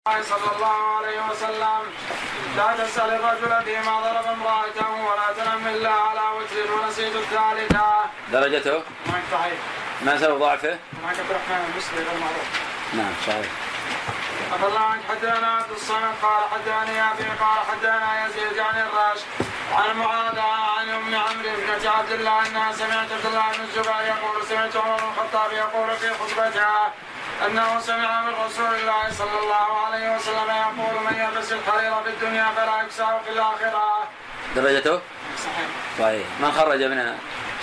صلى الله عليه وسلم لا تسأل الرجل فيما ضرب امرأته ولا تنم إلا على وتر ونسيت الثالثة. درجته؟ صحيح. ما سبب ضعفه؟ معك عبد الرحمن المسلم المعروف. نعم صحيح. أخذ الله عنك حدثنا عبد الصمد قال حدثني أبي قال حدثنا يزيد عن الراشد عن معاذ عن أم عمرو بنت عبد الله أنها سمعت عبد الله بن الزبير يقول سمعت عمر بن الخطاب يقول في خطبتها أنه سمع من رسول الله صلى الله عليه وسلم يقول من يلبس الحرير في الدنيا فلا يكساه في الآخرة. درجته؟ صحيح. صحيح. من خرج منها؟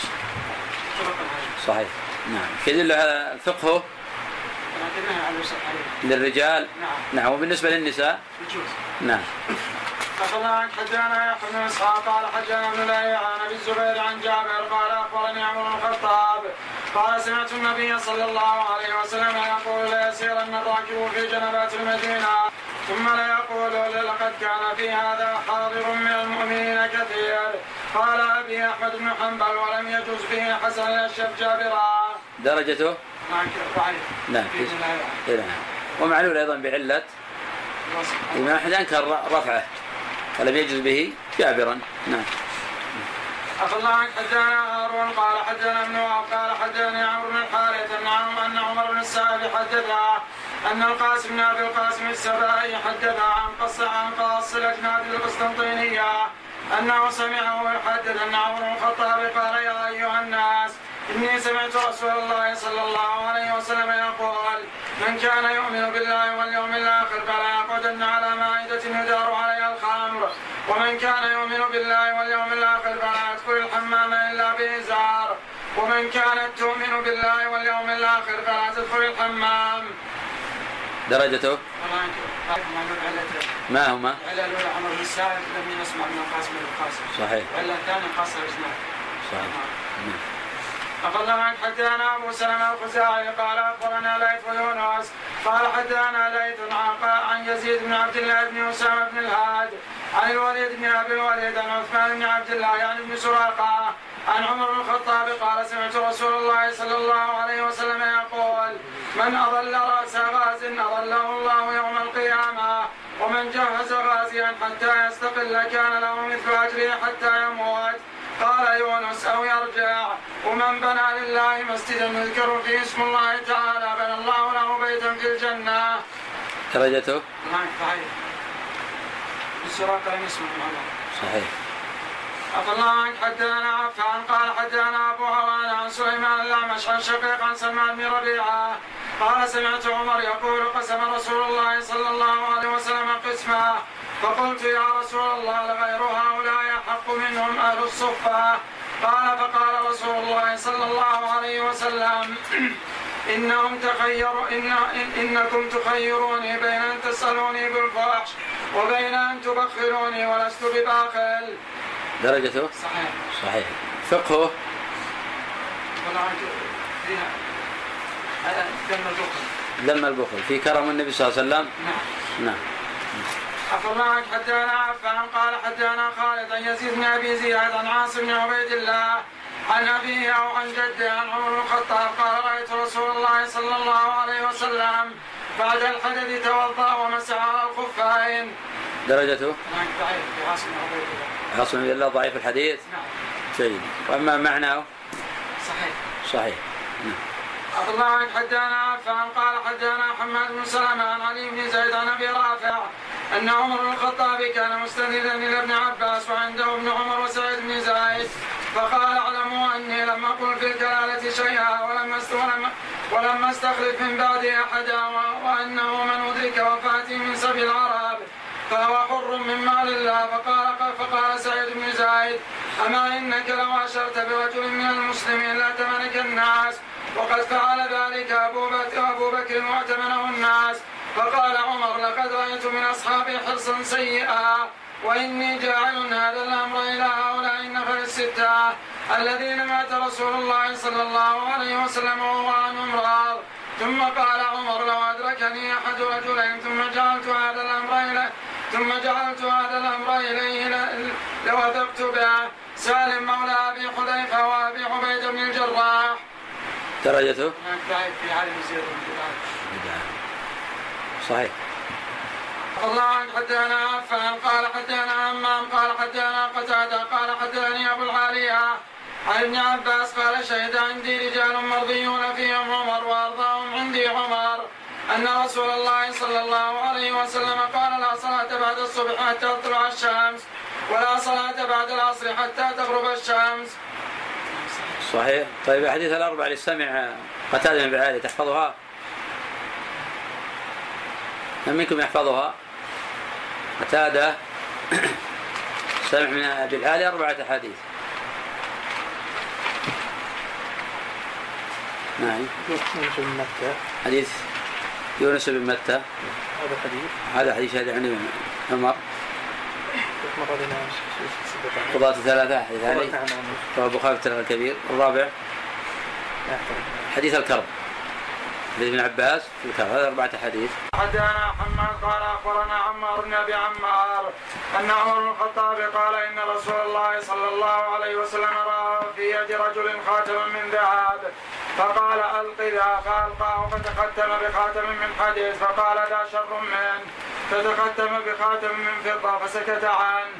صحيح. نعم. يدل على فقهه للرجال. نعم. وبالنسبة للنساء؟ نعم. أخذ عنك حدثنا يحيى بن إسحاق قال حدثنا ابن لهيعة عن أبي الزبير عن جابر قال أخبرني عمر بن الخطاب قال سمعت النبي صلى الله عليه وسلم يقول ليسيرن الراكب في جنبات المدينة ثم ليقول لقد كان في هذا حاضر من المؤمنين كثير. قال أبي أحمد بن حنبل ولم يجوز به حسن الأشهب جابرا. درجته؟ نعم. ومعلول أيضا بعلة ما أحد أنكر رفعه ولم يجوز به جابرا. نعم. أخذ الله عنك حدثنا هارون قال حدثنا ابن وهب قال حدثني عمرو بن الحارث أن عمر بن السائب حدثها أن القاسم بن أبي القاسم السبائي حدثها عن قاصلة نادي القسطنطينية أنه سمعه يحدث أن عمر بن الخطاب قال يا أيها الناس إني سمعت رسول الله صلى الله عليه وسلم يقول من كان يؤمن بالله واليوم الآخر فلا يقعدن على مائدة يدار عليها الخمر ومن كان يؤمن بالله واليوم الآخر فلا يدخل الحمام إلا بإزار ومن كانت تؤمن بالله واليوم الآخر فلا تدخل الحمام. درجته؟ ما هما؟ العلة الأولى عمر بن السائب لم يسمع من القاسم بن القاسم. صحيح. والعلة الثانية قاصر إسماعيل. صحيح. أخذ عنك حدثنا أبو سلمة الخزاعي قال أخبرنا ليث ويونس قال حدثنا ليث عن يزيد بن عبد الله بن أسامة بن الهاد عن الوليد بن أبي الوليد عن عثمان بن عبد الله يعني بن سراقة عن عمر بن الخطاب قال سمعت رسول الله صلى الله عليه وسلم يقول من أضل رأس غاز أضله الله يوم القيامة ومن جهز غازيا حتى يستقل كان له مثل أجره حتى يموت. قال يونس أو يرجع ومن بنى لله مسجدا يذكر فيه اسم الله تعالى بنى الله له بيتا في الجنة. درجته؟ صحيح. السراقة لم يسمع الله. صحيح. أخذ الله عنك حدثنا عفان قال حدثنا أبو هوان عن سليمان الأعمش عن شقيق عن سلمان بن ربيعة قال سمعت عمر يقول قسم رسول الله صلى الله عليه وسلم قسمه فقلت يا رسول الله لغير هؤلاء أحق منهم أهل الصفة. قال فقال رسول الله صلى الله عليه وسلم إنكم تخيروني بين أن تسألوني بالفحش وبين أن تبخلوني ولست بباخل. درجته؟ صحيح. صحيح. فقهه؟ ذم البخل في كرم النبي صلى الله عليه وسلم. نعم. أخبر الله عنك حدثنا عفان قال حدثنا خالد عن يزيد بن أبي زياد عن عاصم بن عبيد الله عن أبيه أو عن جده عن عمر بن الخطاب قال رأيت رسول الله صلى الله عليه وسلم بعد الحدث توضأ ومسح على الخفين. درجته؟ ضعيف في عاصم بن عبيد الله. عاصم بن الله ضعيف الحديث؟ نعم. جيد. وأما معناه؟ صحيح. صحيح. نعم. أخبر الله عنك حدثنا عفان قال حدثنا حماد بن سلمة عن علي بن زيد عن أبي رافع أن عمر بن الخطاب كان مستندا إلى ابن عباس وعنده ابن عمر وسعيد بن زيد فقال اعلموا أني لم أقل في الكلالة شيئا ولم أستخلف من بعدي أحدا وأنه من أدرك وفاتي من سبي العرب فهو حر من مال الله. فقال سعيد بن زيد أما إنك لو أشرت برجل من المسلمين لاتمنك الناس وقد فعل ذلك أبو بكر واعتمنه الناس. فقال عمر لقد رأيت من أصحابي حرصا سيئا وإني جاعل هذا الأمر إلى هؤلاء النفر الستة الذين مات رسول الله صلى الله عليه وسلم وهو عنهم راض. ثم قال عمر لو أدركني أحد رجلين ثم جعلت هذا الأمر إليه لوثقت به. سالم مولى أبي حذيفة وأبي عبيد بن الجراح. درجته؟ في عالم زيادة صحيح. الله عنك حدثنا عفان قال حدثنا همام قال حدثنا قتادة قال حدثني أبو العالية عن ابن عباس قال شهد عندي رجال مرضيون فيهم عمر وأرضاهم عندي عمر أن رسول الله صلى الله عليه وسلم قال لا صلاة بعد الصبح حتى تطلع الشمس ولا صلاة بعد العصر حتى تغرب الشمس. صحيح. طيب الحديث الأربعة اللي سمع قتادة بن عالية تحفظها؟ من منكم يحفظها؟ قتادة سمع من أبي العالية 4 أحاديث. نعم. يونس بن متى. حديث يونس بن متى. هذا حديث هذا عن عمر. قضاة 3 حديث علي. وأبو خالد الكبير. الرابع حديث الكرب. حديث ابن عباس في الكرب. هذا 4 أحاديث. حدثنا حماد قال أخبرنا عمار بن أبي عمار أن عمر بن الخطاب قال إن رسول الله صلى الله عليه وسلم رأى في يد رجل خاتما من ذهب فقال ألق ذا فألقاه فتختم بخاتم من حديد فقال لا شر منه فتختم بخاتم من فضة فسكت عنه.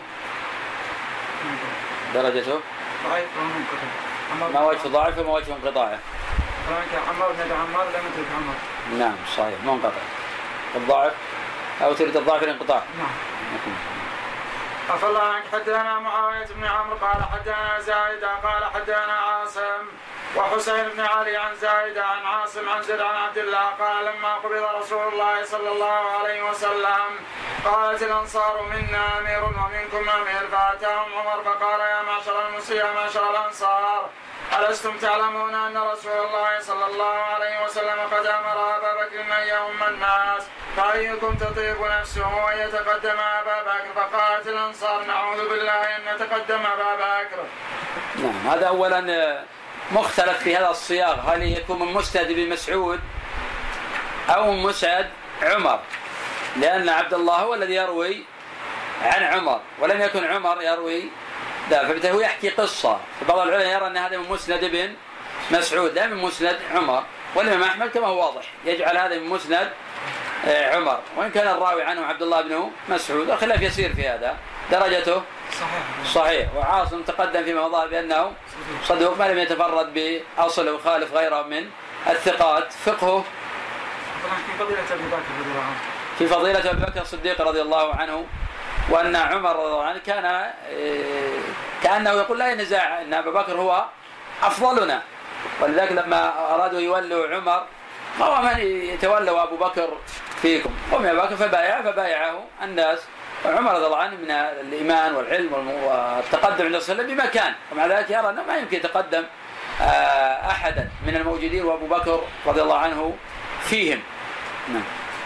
درجته ضعيف ما وجه ضعف وما وجه انقطاعه؟ عمار بن أبي عمار لم يترك عمار. نعم صحيح منقطع. الضعف أو تريد الضعف الانقطاع؟ نعم. عفى الله عنك حدثنا معاوية بن عمرو قال حدثنا زايدة قال حدثنا عاصم وحسين بن علي عن زايدة عن عاصم عن زيد عن عبد الله قال لما قبض رسول الله صلى الله عليه وسلم قالت الأنصار منا أمير ومنكم أمير فأتاهم عمر فقال يا معشر المسلمين يا معشر الأنصار ألستم تعلمون أن رسول الله صلى الله عليه وسلم قد أمر أبا بكر أن يؤم الناس فأيكم تطيب نفسه وأن يتقدم أبا بكر فقالت الأنصار نعوذ بالله أن نتقدم أبا بكر. نعم. هذا أولا مختلف في هذا الصياغ هل يكون من مسند بن مسعود أو من مسند عمر لأن عبد الله هو الذي يروي عن عمر ولم يكن عمر يروي لا فبالتالي يحكي قصة. بعض العلماء يرى أن هذا من مسند بن مسعود لا من مسند عمر والإمام أحمد كما هو واضح يجعل هذا من مسند عمر وإن كان الراوي عنه عبد الله بن مسعود الخلاف يسير في هذا. درجته صحيح. وعاصم تقدم فيما مضى بأنه صدوق ما لم يتفرد بأصل وخالف غيره من الثقات. فقهه في فضيلة أبي بكر الصديق رضي الله عنه وأن عمر رضي الله عنه كان كأنه يقول لا ينزاع أن أبا بكر هو أفضلنا ولذلك لما أرادوا يولوا عمر قال من يتولوا أبو بكر فيكم قم يا بكر فبايعه الناس. وعمر رضي الله عنه من الإيمان والعلم والتقدم عند رسول الله بمكان ومع ذلك يرى أنه ما يمكن يتقدم أحدا من الموجودين وأبو بكر رضي الله عنه فيهم. نعم.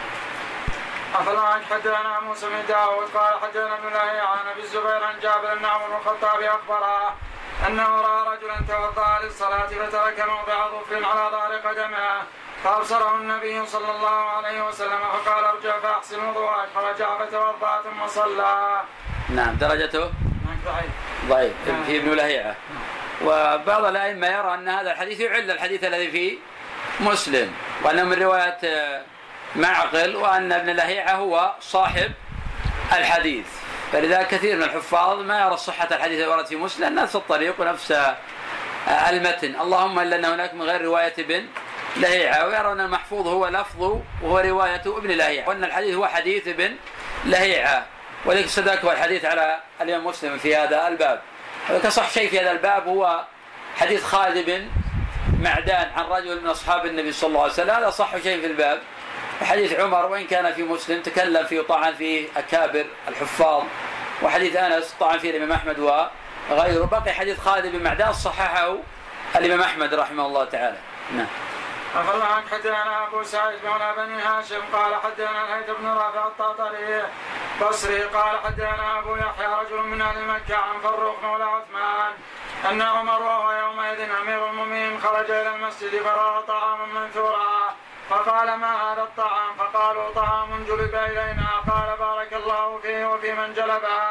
عفى الله عنك حدثنا موسى بن داود قال حدثنا ابن لهيعة عن ابي الزبير عن جابر بن عمر بن الخطاب اخبره انه راى رجلا توضا للصلاه فترك موضع ظفر على ظهر قدمه فابصره النبي صلى الله عليه وسلم فقال ارجع فاحسن وضوءك فرجع فتوضا ثم صلى. نعم. درجته ضعيف في ابن لهيعة. وبعض الائمه يرى ان هذا الحديث يعل الحديث الذي في مسلم وانه من روايه معقل وأن ابن لهيعة هو صاحب الحديث فلذلك كثير من الحفاظ ما يرى صحة الحديث الذي ورد في مسلم نفس الطريق ونفس المتن اللهم إلا أن هناك من غير رواية ابن لهيعة ويرى أن المحفوظ هو لفظ وهو رواية ابن لهيعة وأن الحديث هو حديث ابن لهيعة ولذلك صدق الحديث على الإمام مسلم في هذا الباب. كصح شيء في هذا الباب هو حديث خالد بن معدان عن رجل من أصحاب النبي صلى الله عليه وسلم هذا صح شيء في الباب. حديث عمر وإن كان في مسلم تكلم فيه طعن فيه أكابر الحفاظ وحديث أنس طعن فيه الإمام أحمد وغيره. بقي حديث خالد بن معدان صححه الإمام أحمد رحمه الله تعالى. نعم. عفى الله عنك حدثنا أبو سعيد مولى بني هاشم قال حدثنا الهيث بن رافع الطاطري بصري قال حدثنا أبو يحيى رجل من أهل مكة عن فروخ مولى عثمان أن عمر وهو يومئذ أمير المؤمنين خرج إلى المسجد فرأى طعاما منثورا فقال ما هذا الطعام فقالوا طعام جلب إلينا قال بارك الله فيه وفي من جلبه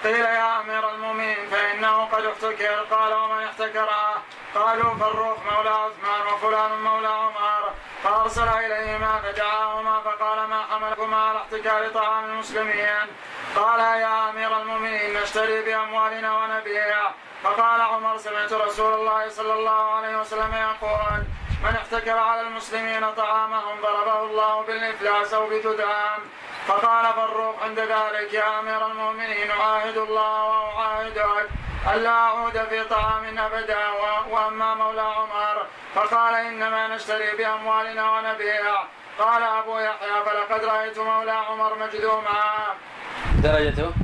قيل يا أمير المؤمنين فإنه قد احتكر. قال ومن احتكره؟ قالوا فروخ مولى عثمان وفلان مولى عمر. فأرسل إليهما فدعاهما فقال ما حملكما على احتكار طعام المسلمين؟ قال يا أمير المؤمنين نشتري بأموالنا ونبيع. فقال عمر سمعت رسول الله صلى الله عليه وسلم يقول من احتكر على المسلمين طعامهم ضربه الله بالإفلاس أو بتدام. فقال فروق عند ذلك يا أمير المؤمنين أعاهد الله وأعاهدك ألا أعود في طعام أبدا. وأما مولى عمر فقال إنما نشتري بأموالنا ونبيع. قال أبو يحيى فلقد رأيت مولى عمر مجذوما. درجته؟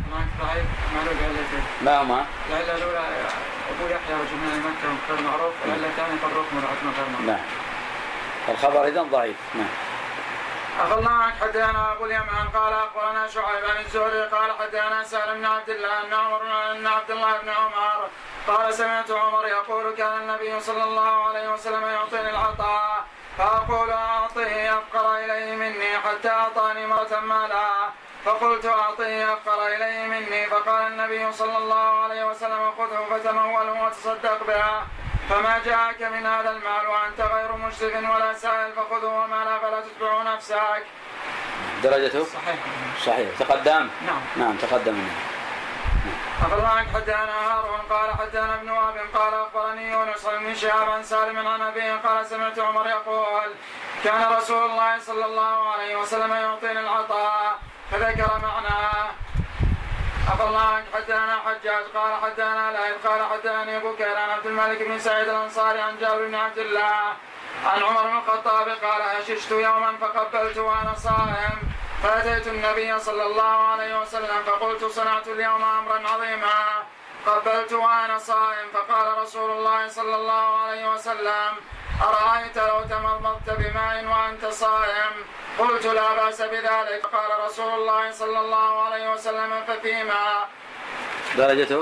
ما هما؟ العلة الأولى أبو يحيى رجل من مكة غير معروف، العلة الثانية فروق مولى عثمان غير معروف. نعم. الخبر إذن ضعيف. نعم. أخذنا عنك حدثنا أبو اليمان قال أخبرنا شعيب عن الزهري قال حدثنا سالم بن عبد الله أن عبد الله بن عمر قال سمعت عمر يقول كان النبي صلى الله عليه وسلم يعطيني العطاء فأقول أعطيه أفقر إليه مني حتى أعطاني مرة مالا فقلت أعطيه أفقر إليه مني. فقال النبي صلى الله عليه وسلم خذه فتموله وتصدق بها فما جاءك من هذا المال وأنت غير مشرف ولا سائل فخذه وما لا فلا تتبع نفسك. درجته؟ صحيح. تقدم؟ نعم تقدم. أخبرنا عنك حدثنا هارون قال حدثنا ابن وهب قال أخبرني يونس بن شهاب عن سالم عن أبيه قال سمعت عمر يقول كان رسول الله صلى الله عليه وسلم يعطيني العطاء فذكر معناه. أخبرنا عنك حدثنا حجاج قال حدثنا لائث قال حدثني بكير عن عبد الملك بن سعيد الأنصاري عن جابر بن عبد الله عن عمر بن الخطاب قال هششت يوما فقبلت وأنا صائم فأتيت النبي صلى الله عليه وسلم فقلت صنعت اليوم أمرا عظيما قبلت وأنا صائم. فقال رسول الله صلى الله عليه وسلم أرأيت لو تمضمضت بماء وأنت صائم؟ قلت لا بأس بذلك. قال رسول الله صلى الله عليه وسلم ففيما؟ درجته؟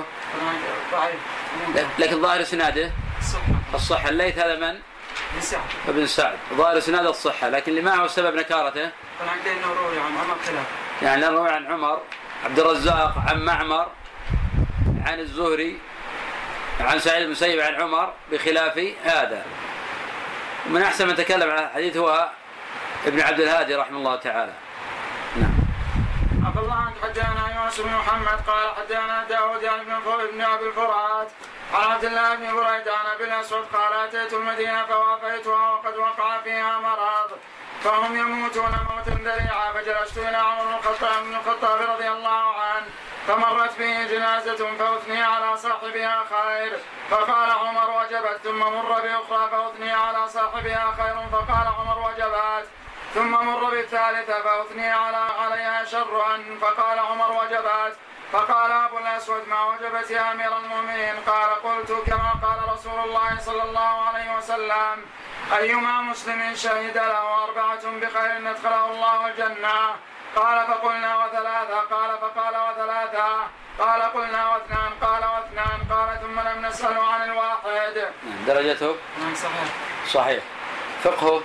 لكن ظاهر سناده الصحة. الليث هذا من؟ ابن سعد. ظاهر سناده الصحة لكن لما هو سبب نكارته؟ يعني نروي عن عمر عبد الرزاق عن معمر عن الزهري عن سعيد بن المسيب عن عمر بخلاف هذا. ومن أحسن من تكلم عن الحديث هو ابن عبد الهادي رحمه الله تعالى. نعم. عفى الله عنك حدثنا يونس بن محمد قال حدثنا داود بن أبي الفرات عن عبد الله بن بريدة عن أبي الأسود قال أتيت المدينة فوافيتها وقد وقع فيها مرض فهم يموتون موتا ذريعا فجلست إلى عمر بن الخطاب رضي الله عنه فمرت به جنازة فأثني على صاحبها خير فقال عمر وجبت ثم مر بأخرى فأثني على صاحبها خير فقال عمر وجبت ثم مر بالثالثة فأثني عليها شر فقال عمر وجبت فقال أبو الأسود ما وجبت يا أمير المؤمنين؟ قال قلت كما قال رسول الله صلى الله عليه وسلم أيما مسلم شهد له 4 بخير ندخله الله الجنة. قال فقلنا وثلاثة قال فقال وثلاثة قال قلنا واثنان قال واثنان قال ثم لم نسأل عن الواحد. درجته؟ صحيح. فقهه؟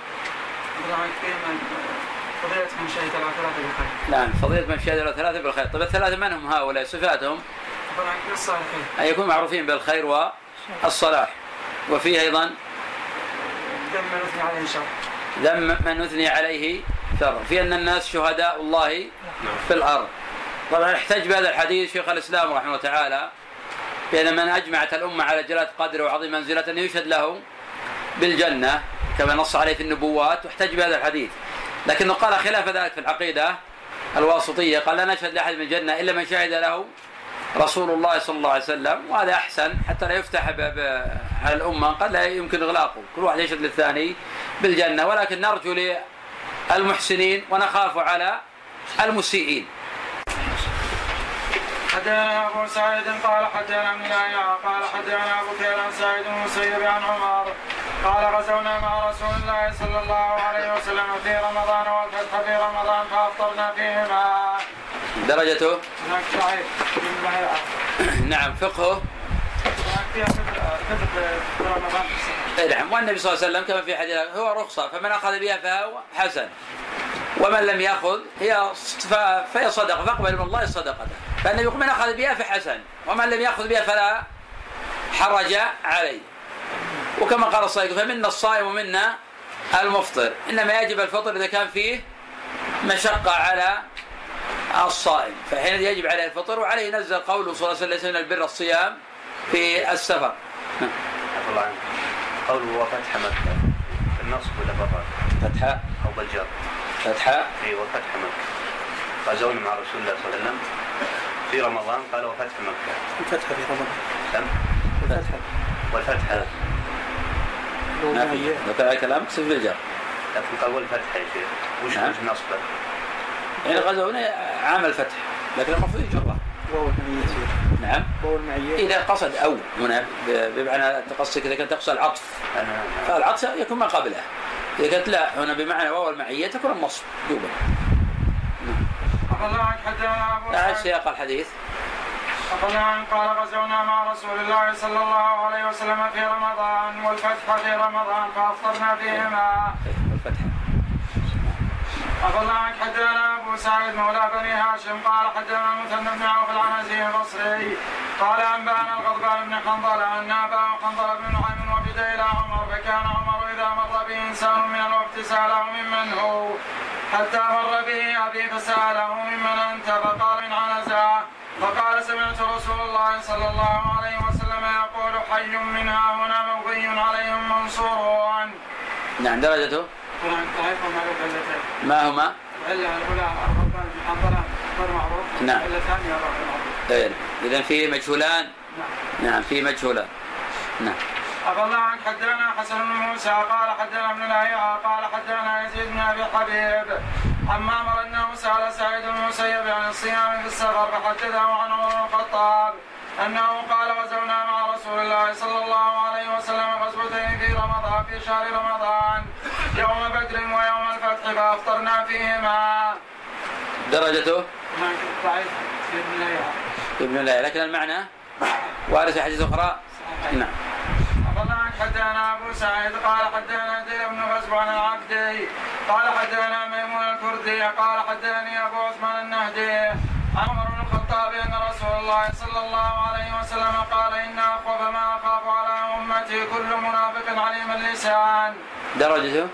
فضيلة من شهد له 3 بالخير. نعم فضيلة من شهد له 3 بالخير. طيب الثلاثة من هم هؤلاء؟ صفاتهم؟ أن يكونوا معروفين بالخير والصلاح. وفيه أيضا ذم من أثني عليه شر. ذم من أثني عليه شر. في أن الناس شهداء الله في الأرض. طبعا احتج بهذا الحديث شيخ الإسلام رحمه الله تعالى بأن من أجمعت الأمة على جلالة قدره وعظيم منزلة أن يشهد له بالجنة كما نص عليه في النبوات واحتج بهذا الحديث. لكنه قال خلاف ذلك في العقيدة الواسطية قال لا نشهد لأحد من الجنة إلا من شهد له رسول الله صلى الله عليه وسلم وهذا أحسن حتى لا يفتح على الأمة قال لا يمكن إغلاقه كل واحد يشهد للثاني بالجنة ولكن نرجو للمحسنين ونخاف على المسيئين. حدثنا أبو سعيد قال حدثنا ابن يحيى قال حدثنا أبو بكر عن سعيد بن المسيب عن عمر قال غزونا مع رسول الله صلى الله عليه وسلم في رمضان والفتح في رمضان فأفطرنا فيهما. درجته؟ نعم. فقهه؟ نعم. والنبي صلى الله عليه وسلم كما في حديث هو رخصة فمن أخذ بها فهو حسن ومن لم يأخذ فهي صدقة، فاقبل من الله صدقته. فالنبي يقول من أخذ بها فحسن، ومن لم يأخذ بها فلا حرج عليه. وكما قال الصائغ فمنا الصائم ومنا المفطر، إنما يجب الفطر إذا كان فيه مشقة على الصائم، فحين يجب عليه الفطر. وعليه نزل قوله صلى الله عليه وسلم ليس من البر الصيام في السفر. الله عنك قوله وفتح مكة النصب ولا بالراء؟ فتحة أو بالجر؟ فتحة. إيه وفتح مكة. غزونا مع رسول الله صلى الله عليه وسلم في رمضان قال وفتح مكة. الفتحة في رمضان. سم. الفتحة. والفتحة. ما في. لو كان كلام كسب بالجر. لكن قال والفتحة يا شيخ. وش نصبه؟ يعني غزونا عمل فتح، لكن المفروض يجره. واو المعية يصير. نعم. واو المعية. إذا قصد أو هنا بمعنى تقصد إذا كنت تقصد العطف، فالعطف يكون ما قبله. إذا كانت لا هنا بمعنى واو المعية تكون النصب دوبا. أعد سياق الحديث. قال غزونا مع رسول الله صلى الله عليه وسلم في رمضان والفتح في رمضان فأفطرنا فيهما. أفضل عنك حدثنا أبو سعيد مولى بني هاشم قال حدثنا مثنى بن عوف العنزي البصري قال أنبأنا الغضبان بن حنظلة أن أباه حنظلة بن نعيم وفد إلى عمر، فكان عمر إذا مر به إنسان من الوفد سأله ممن هو حتى مر به أبي فسأله ممن أنت فقال من عنزة، فقال سمعت رسول الله صلى الله عليه وسلم يقول حي منها هنا مغي عليهم منصورون. نعم. درجته ما هما؟ العلة الأولى الغضبان بن حنظلة غير معروف. نعم. العلة الثانية غير معروف. إذن فيه مجهولان. نعم فيه مجهولان. نعم. أفضل عنك حدثنا حسن بن موسى قال حدثنا ابن لهيعة قال حدثنا يزيد بن أبي حبيب عن معمر أنه سأل سعيد بن المسيب عن الصيام في السفر فحدثه عن عمر بن الخطاب أنه قال غزونا مع رسول الله صلى الله عليه وسلم غزوتين في رمضان في شهر رمضان يوم بدر ويوم الفتح فأفطرنا فيهما. درجته ضعيف ابن لهيعة لكن المعنى وارث حديث أخرى. نعم. أفضل عنك حدثنا أبو سعيد قال حدثنا زيد بن غزو عن العبدي قال حدثنا ميمون الكردي قال حدثني أبو عثمان النهدي عن عمر بن الخطاب أن رسول الله صلى الله عليه وسلم قال إن أخوف ما أخاف على أمتي كل منافق عليم اللسان. درجته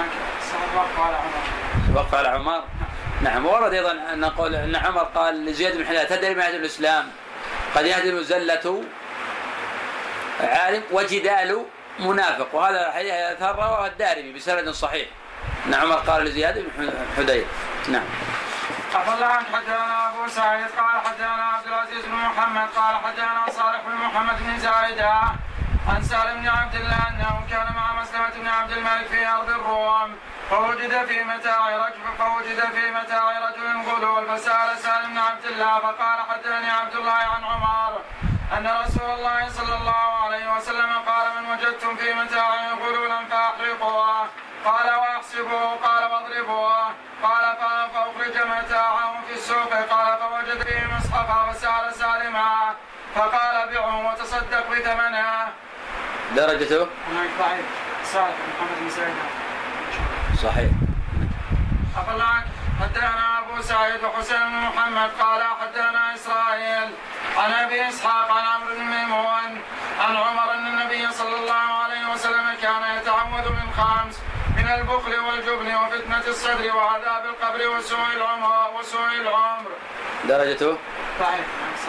وقف على عمر. نعم. ورد أيضا أن نقول أن عمر قال لزياد بن حلال تدري ما يهدم الإسلام؟ قد يهدم زلة عالم وجدال منافق، وهذا الحديث أثر رواه الدارمي بسند صحيح. أن عمر قال لزياد بن حدير. نعم. أفضل عنك حدثنا أبو سعيد قال حدثنا عبد العزيز بن محمد قال حدثنا صالح بن محمد بن زايدة عن سالم بن عبد الله أنه كان مع مسلمة بن عبد الملك في أرض الروم فوجد في متاع رجل غلول فسأل سالم بن عبد الله فقال حدثني عبد الله عن عمر أن رسول الله صلى الله عليه وسلم قال من وجدتم في متاعه غلولا فأحرقوه قال واحسبوه قال واضربوه قال فأخرج متاعه في السوق قال فوجد فيه مصحفا فسأل سالما فقال بعه وتصدق بثمنه. درجته ضعيف صالح محمد بن سعيد صحيح. أفضل عنك حدثنا أبو سعيد وحسين بن محمد قال حدثنا إسرائيل عن أبي إسحاق عن عمرو بن ميمون عن عمر أن النبي صلى الله عليه وسلم كان يتعوذ من خمس من البخل والجبن وفتنة الصدر وعذاب القبر وسوء العمر. درجته صحيح.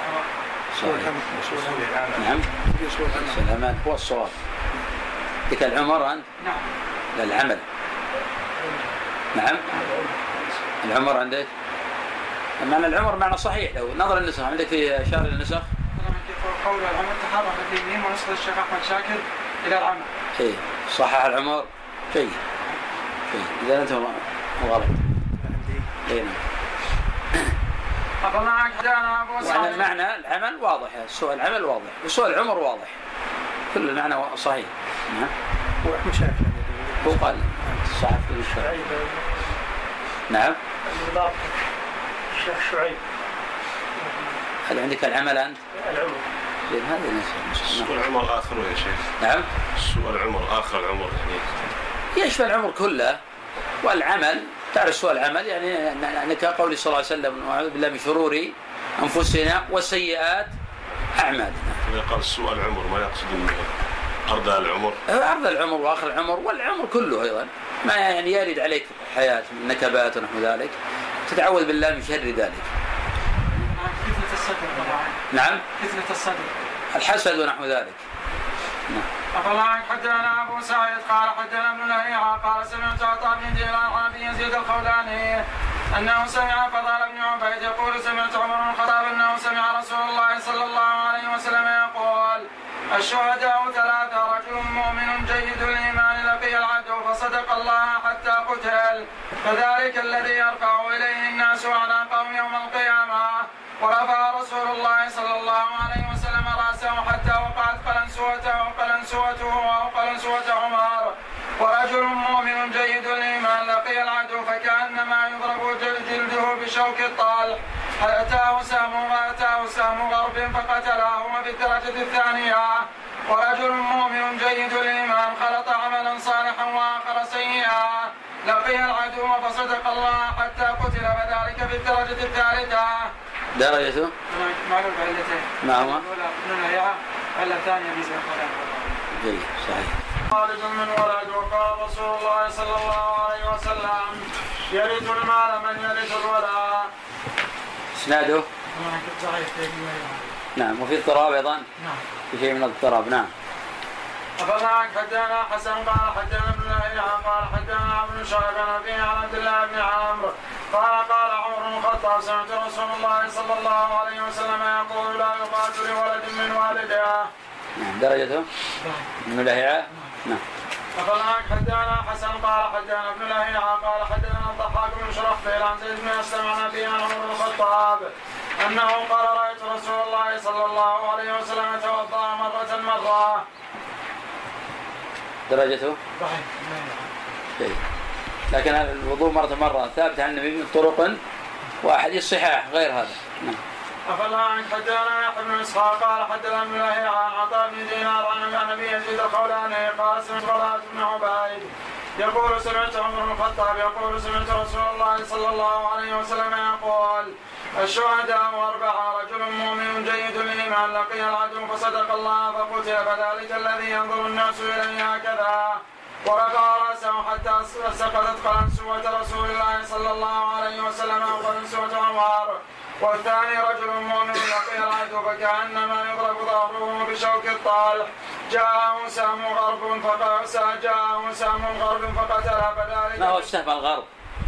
نعم. الأمان هو الصواب. ذيك العمر أنت؟ نعم. للعمل. نعم. العمر عندك؟ معنى العمر معنى صحيح لو نظر النسخ عندك في شارع النسخ. قول العمر تحرك الدين ونسخ الشيخ أحمد شاكر إلى العمل. إيه صحح العمر شيء. إذا أنت غلط. إيه نعم. وعن المعنى العمل واضح، سوء العمل واضح وسوء العمر واضح، كل المعنى صحيح. نعم. وأحمد شاكر هو قال صحف الشرعي. نعم. الشيخ شعيب. هل عندك العمل أنت؟ العمر. هذا سوء العمر آخر يا شيخ. نعم. سوء العمر آخر العمر يعني يشمل العمر كله، والعمل تعرف سوء العمل يعني كقول صلى الله عليه وسلم وأعوذ بالله من شرور أنفسنا وسيئات أعمالنا. إذا قال سوء العمر ما يقصد أرض العمر؟ أرض العمر وآخر العمر والعمر كله أيضا، ما يعني يرد عليك حياة من نكبات ونحو ذلك، تتعوذ بالله من شر ذلك. فتنة الصدر طبعا. نعم. فتنة الصدر. الحسد ونحو ذلك. نعم. أخبرنا حدثنا أبو سعيد قال حدثنا ابن لهيعة قال سمعت عطاء بن جيلان عن أبي يزيد الخولاني أنه سمع فضال بن عبيد يقول سمعت عمر بن الخطاب أنه سمع رسول الله صلى الله عليه وسلم يقول: الشهداء ثلاثة: رجل مؤمن جيد الإيمان لقي العدو فصدق الله حتى قتل، فذلك الذي يرفع إليه الناس أعناقهم يوم القيامة. ورفع رسول الله صلى الله عليه وسلم رأسه حتى وقعت قلنسوته عمر. ورجل مؤمن جيد الإيمان لقي العدو فكأنما يضرب جلده بشوك الطلح، أتاه سهم غرب فقتله في الدرجة الثانية. ورجل مؤمن جيد الإيمان خلط عملا صالحا وآخر سيئا لقي العدو فصدق الله حتى قتل، فذلك في الدرجة الثالثة. درجته؟ معلوم علتين. نعم. الأولى ابن لهيعة، علة ثانية بيزن الخلال. جيد صحيح. خالد من ولد. وقال رسول الله صلى الله عليه وسلم: يرث المال من يرث الولاء. اسناده؟ نعم. وفي اضطراب أيضا؟ نعم. في شيء من الاضطراب. نعم. أخبرنا حدثنا حسن قال حدثنا ابن لهيعة قال حدثنا عبد بن شعيب عن عبد الله بن عمرو قال عمر بن الخطاب: سمعت رسول الله صلى الله عليه وسلم يقول: لا يقاتل لولد من والدها. نعم. درجته؟ ابن لهيعة؟ نعم. أخبرنا حدثنا حسن قال حدثنا ابن لهيعة قال حدثنا الضحاك بن شرحبيل عن زيد بن أسلم عن أبي عن عمر بن الخطاب أنه قال: رأيت رسول الله صلى الله عليه وسلم توضأ مرة. درجته؟ صحيح. جيد. لكن الوضوء مرة ثابت عن النبي من طرق وأحاديث صحاح غير هذا. نعم. أخبرنا حدثنا يحيى بن إسحاق قال حدثنا ابن لهيعة عن عطاء بن دينار عن أبي يزيد الخولاني قال: سمعت طلحة بن عبيد يقول: سمعت عمر بن الخطاب يقول: سمعت رسول الله صلى الله عليه وسلم يقول: الشهداء 4: رجل مؤمن جيد الإيمان لقي العدو فصدق الله فقتل، فذلك الذي ينظر الناس إليه هكذا. ورفع رأسه حتى سقطت قلنسوة رسول الله صلى الله عليه وسلم وقلنسوة عمر. والثاني: رجل مؤمن لقي العدو فكأنما يضرب ظهره بشوك الطلح، جاءه سهم غرب فقتله، فذلك. ما هو السهم الغرب؟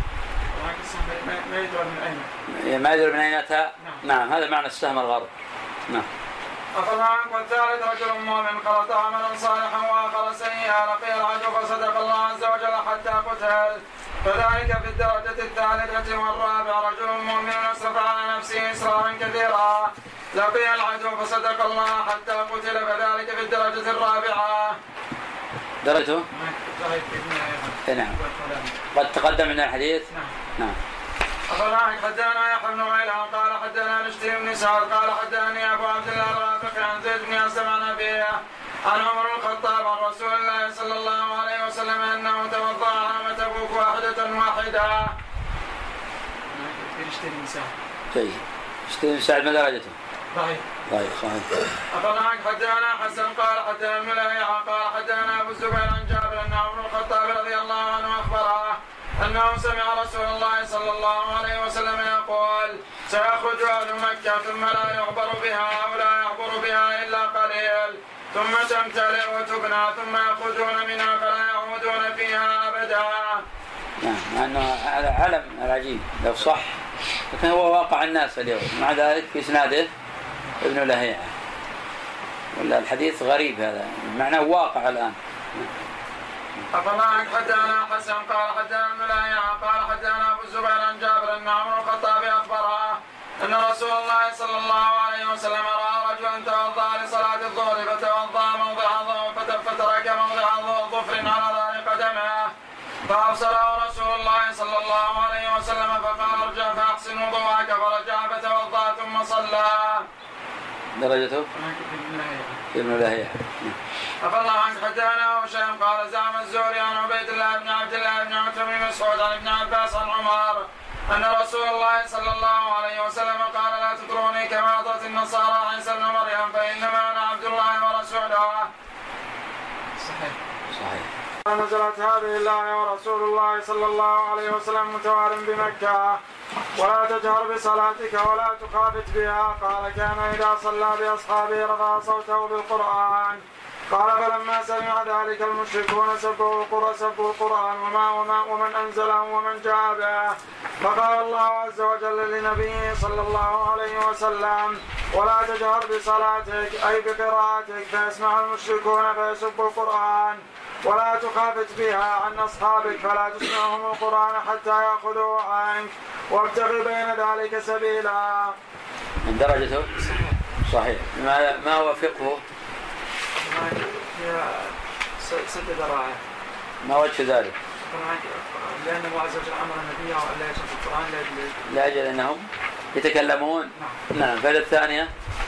ما يدري من أين. ما يدري من أين أتى؟ نعم. هذا معنى السهم الغرب. نعم. والثالث: رجل مؤمن خلط عملا صالحا وآخر سيئا لقي العدو فصدق الله عز وجل حتى قتل، فذلك في الدرجة الثالثة. والرابع: رجل مؤمن أسرف على نفسه إسرارا كثيرا لقي العدو فصدق الله حتى قتل، فذلك في الدرجة الرابعة. درجته؟ نعم. قد تقدم من الحديث. نعم. أخبرنا حدثنا يحيى بن غيلان قال حدثنا الاشتي بن سعد قال حدثني أبو عبد الله الرافع عن زيد بن أسلم عن أبيه عن عمر بن الخطاب عن رسول الله صلى الله عليه وسلم أنه توضأ عام تبوك واحدة. الاشتي بن سعد. جيد. الاشتي بن سعد ما درجته؟ ضعيف. صحيح. أخبرنا حدثنا حسن قال حدثنا ابن لهيعة قال حدثنا أبو الزبير عن جابر أن عمر بن الخطاب رضي الله عنه أخبره أنه سمع رسول الله صلى الله عليه وسلم يقول: سيخرج أهل مكة ثم لا يعبر بها أو لا يعبر بها إلا قليل، ثم تمتلئ وتبنى، ثم يخرجون منها فلا يعودون فيها أبدا. نعم. مع أنه هذا علم العجيب لو صح، لكن هو واقع الناس اليوم. مع ذلك في إسناده ابن لهيعة، ولا الحديث غريب هذا معناه واقع الآن. أخبرنا حدثنا حسن قال حدثنا ابن لهيعة قال حدثنا أبو الزبير عن جابر أن عمر بن الخطاب أخبره أن رسول الله صلى الله عليه وسلم رأى رجلا توضأ لصلاة الظهر فتوضأ فترك موضع ظفر على ظهر قدمه، فأبصره رسول الله صلى الله عليه وسلم فقال: ارجع فأحسن وضوءك، فرجع فتوضأ ثم صلى. درجته ابن لهيعة. عفى الله عنك. حدثنا هشام قال زعم الزهري عن عبيد الله بن عبد الله بن عتبة بن مسعود عن ابن عباس عن عمر أن رسول الله صلى الله عليه وسلم قال لا تطروني كما أطرت النصارى عيسى ابن مريم فإنما أنا عبد الله ورسوله. صحيح. نزلت هذه الآية ورسول الله صلى الله عليه وسلم متوار بمكة ولا تجهر بصلاتك ولا تخافت بها. قال كان إذا صلى بأصحابه رفع صوته بالقرآن. قال فلما سمع ذلك المشركون سبوا القرآن ومن أنزله ومن جاء به. فقال الله عز وجل لنبيه صلى الله عليه وسلم ولا تجهر بصلاتك أي بقراءتك فيسمع المشركون فيسبوا القرآن ولا تخافت بها عن أصحابك فلا تسمعهم القرآن حتى يأخذوا عنك وابتغ بين ذلك سبيلا. من درجته صحيح. ما هو فقهه؟ سد ذرائع. ما وجه ذلك؟ لأن الله عز وجل أمر النبي أن لا يجهر بالقرآن لأجل أنهم يتكلمون. نعم. فائدة الثانية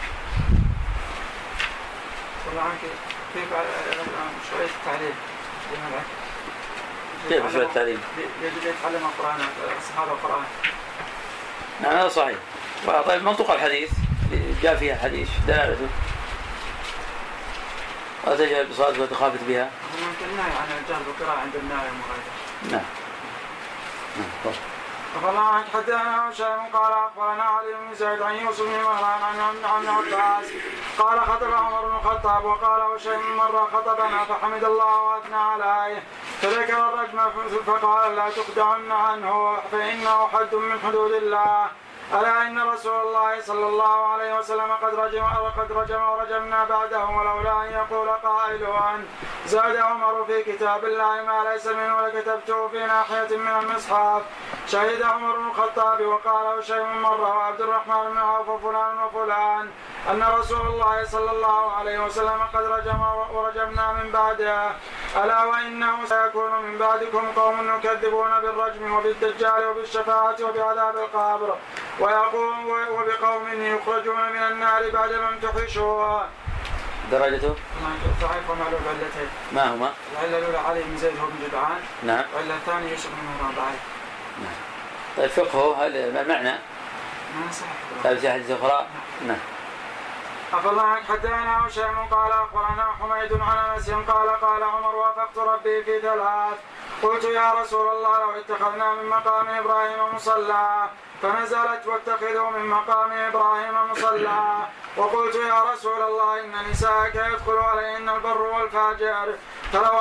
والله عنك كيف شوية التعليم كيف شوية التعليم؟ يجب يتعلم القرآن الصحابة القرآن. نعم هذا صحيح. طيب منطق الحديث جاء فيها حديث دلالته ولا تجهر بصلاتك وتخافت بها. ممكن نهي عن الجهر بالقراءة عند النائم وغيره. نعم. فالله حدثنا هشام قال أخبرنا علي بن زيد عن يوسف بن مهران عن عباس قال خطب عمر بن الخطاب وقال هشام مرة خطبنا فحمد الله وأثنى عليه فذكر الرجم فقال لا تخدعن عنه فإنه حد من حدود الله. ألا إن رسول الله صلى الله عليه وسلم قد رجم ورجمنا بعده ولولا أن يقول قائل زاد عمر في كتاب الله ما ليس منه لكتبته في ناحية من المصحف. شهد عمر بن الخطاب وقال هشيم مرة وعبد الرحمن بن عوف وفلان وفلان أن رسول الله صلى الله عليه وسلم قد رجم ورجمنا من بعده. ألا وإنه سيكون من بعدكم قوم يكذبون بالرجم وبالدجال وبالشفاعة وبعذاب القبر وبقوم يخرجون من النار بعد ما امتحشوا. درجته ضعيف ومعلول علتين. ما هما؟ العلة الأولى علي بن زيد هو بن جدعان. نعم. والعلة الثانية يوسف بن مهران ضعيف. نعم. طيب فقهه هل المعنى؟ ما صح. طيب في حديث أخرى؟ نعم. عفى الله عنك. حدثنا هشام قال أخبرنا حميد عن أنس قال عمر وافقت ربي في 3. قلت يا رسول الله لو اتخذنا من مقام إبراهيم مصلى فنزلت واتخذوا من مقام إبراهيم مصلى. وقلت يا رسول الله إن نساءك يدخل عليهن البر والفاجر فلو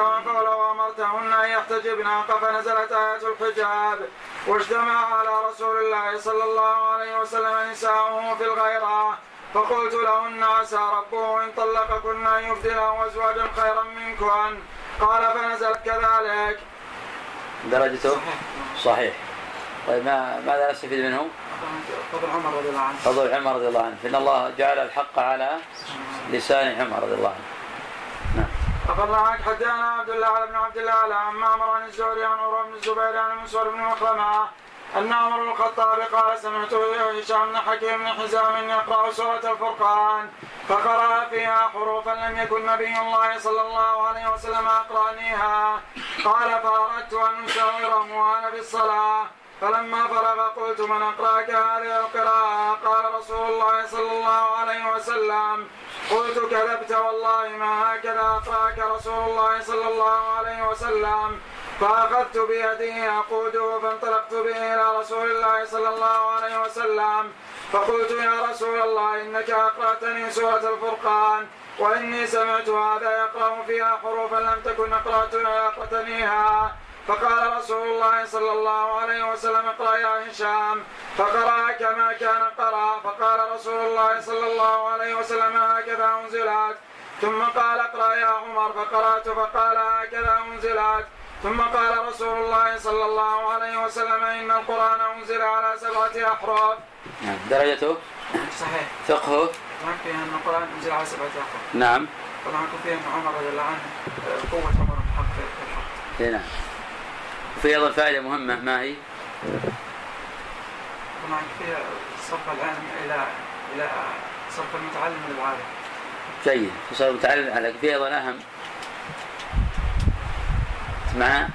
أمرتهن أن يحتجبن فنزلت آية الحجاب واجتمع على رسول الله صلى الله عليه وسلم نساؤه في الغيرة فقلت لهن عسى ربه إن طلقكن أن يبدله أزواجا خيرا منكن. قال فنزلت كذلك. درجته صحيح. طيب ماذا نستفيد منه؟ فضل عمر رضي الله عنه. فضل عمر رضي الله عنه فإن الله جعل الحق على لسان عمر رضي الله عنه. نعم. عفى الله عنك. حدثنا عبد الله بن عبد الله عن معمر عن الزهري عن عروة بن الزبير عن مسعود بن مخرمة أن عمر بن الخطاب قال سمعت هشام بن حكيم بن حزام يقرأ سورة الفرقان فقرأ فيها حروفا لم يكن نبي الله صلى الله عليه وسلم أقرأنيها. قال فأردت أن أشاوره وأنا في الصلاة فلما فرغ قلت من أقرأك هذه القراءة؟ قال رسول الله صلى الله عليه وسلم. قلت كذبت والله ما هكذا أقرأك رسول الله صلى الله عليه وسلم. فأخذت بيده أقوده فانطلقت به إلى رسول الله صلى الله عليه وسلم فقلت يا رسول الله إنك أقرأتني سورة الفرقان وإني سمعت هذا يقرأ فيها حروفا لم تكن أقرأتنيها. فقال رسول الله صلى الله عليه وسلم اقرأ يا هشام فقرأ كما كان قرأ. فقال رسول الله صلى الله عليه وسلم هكذا أنزلت. ثم قال اقرأ يا عمر فقرأت فقال هكذا أنزلت. ثم قال رسول الله صلى الله عليه وسلم إن القرآن أنزل على 7 أحرف. درجته صحيح. فقهه معك فيها أن القرآن أنزل على 7 أحرف. نعم. ومعك فيها أن عمر رضي الله عنه قوة عمر الحق في الحق. نعم. وفي أيضا فائدة مهمة ما هي؟ ومعك فيها صرف العلم إلى صرف المتعلم للعالم. جيد، فصار المتعلم على في أيضا أهم معه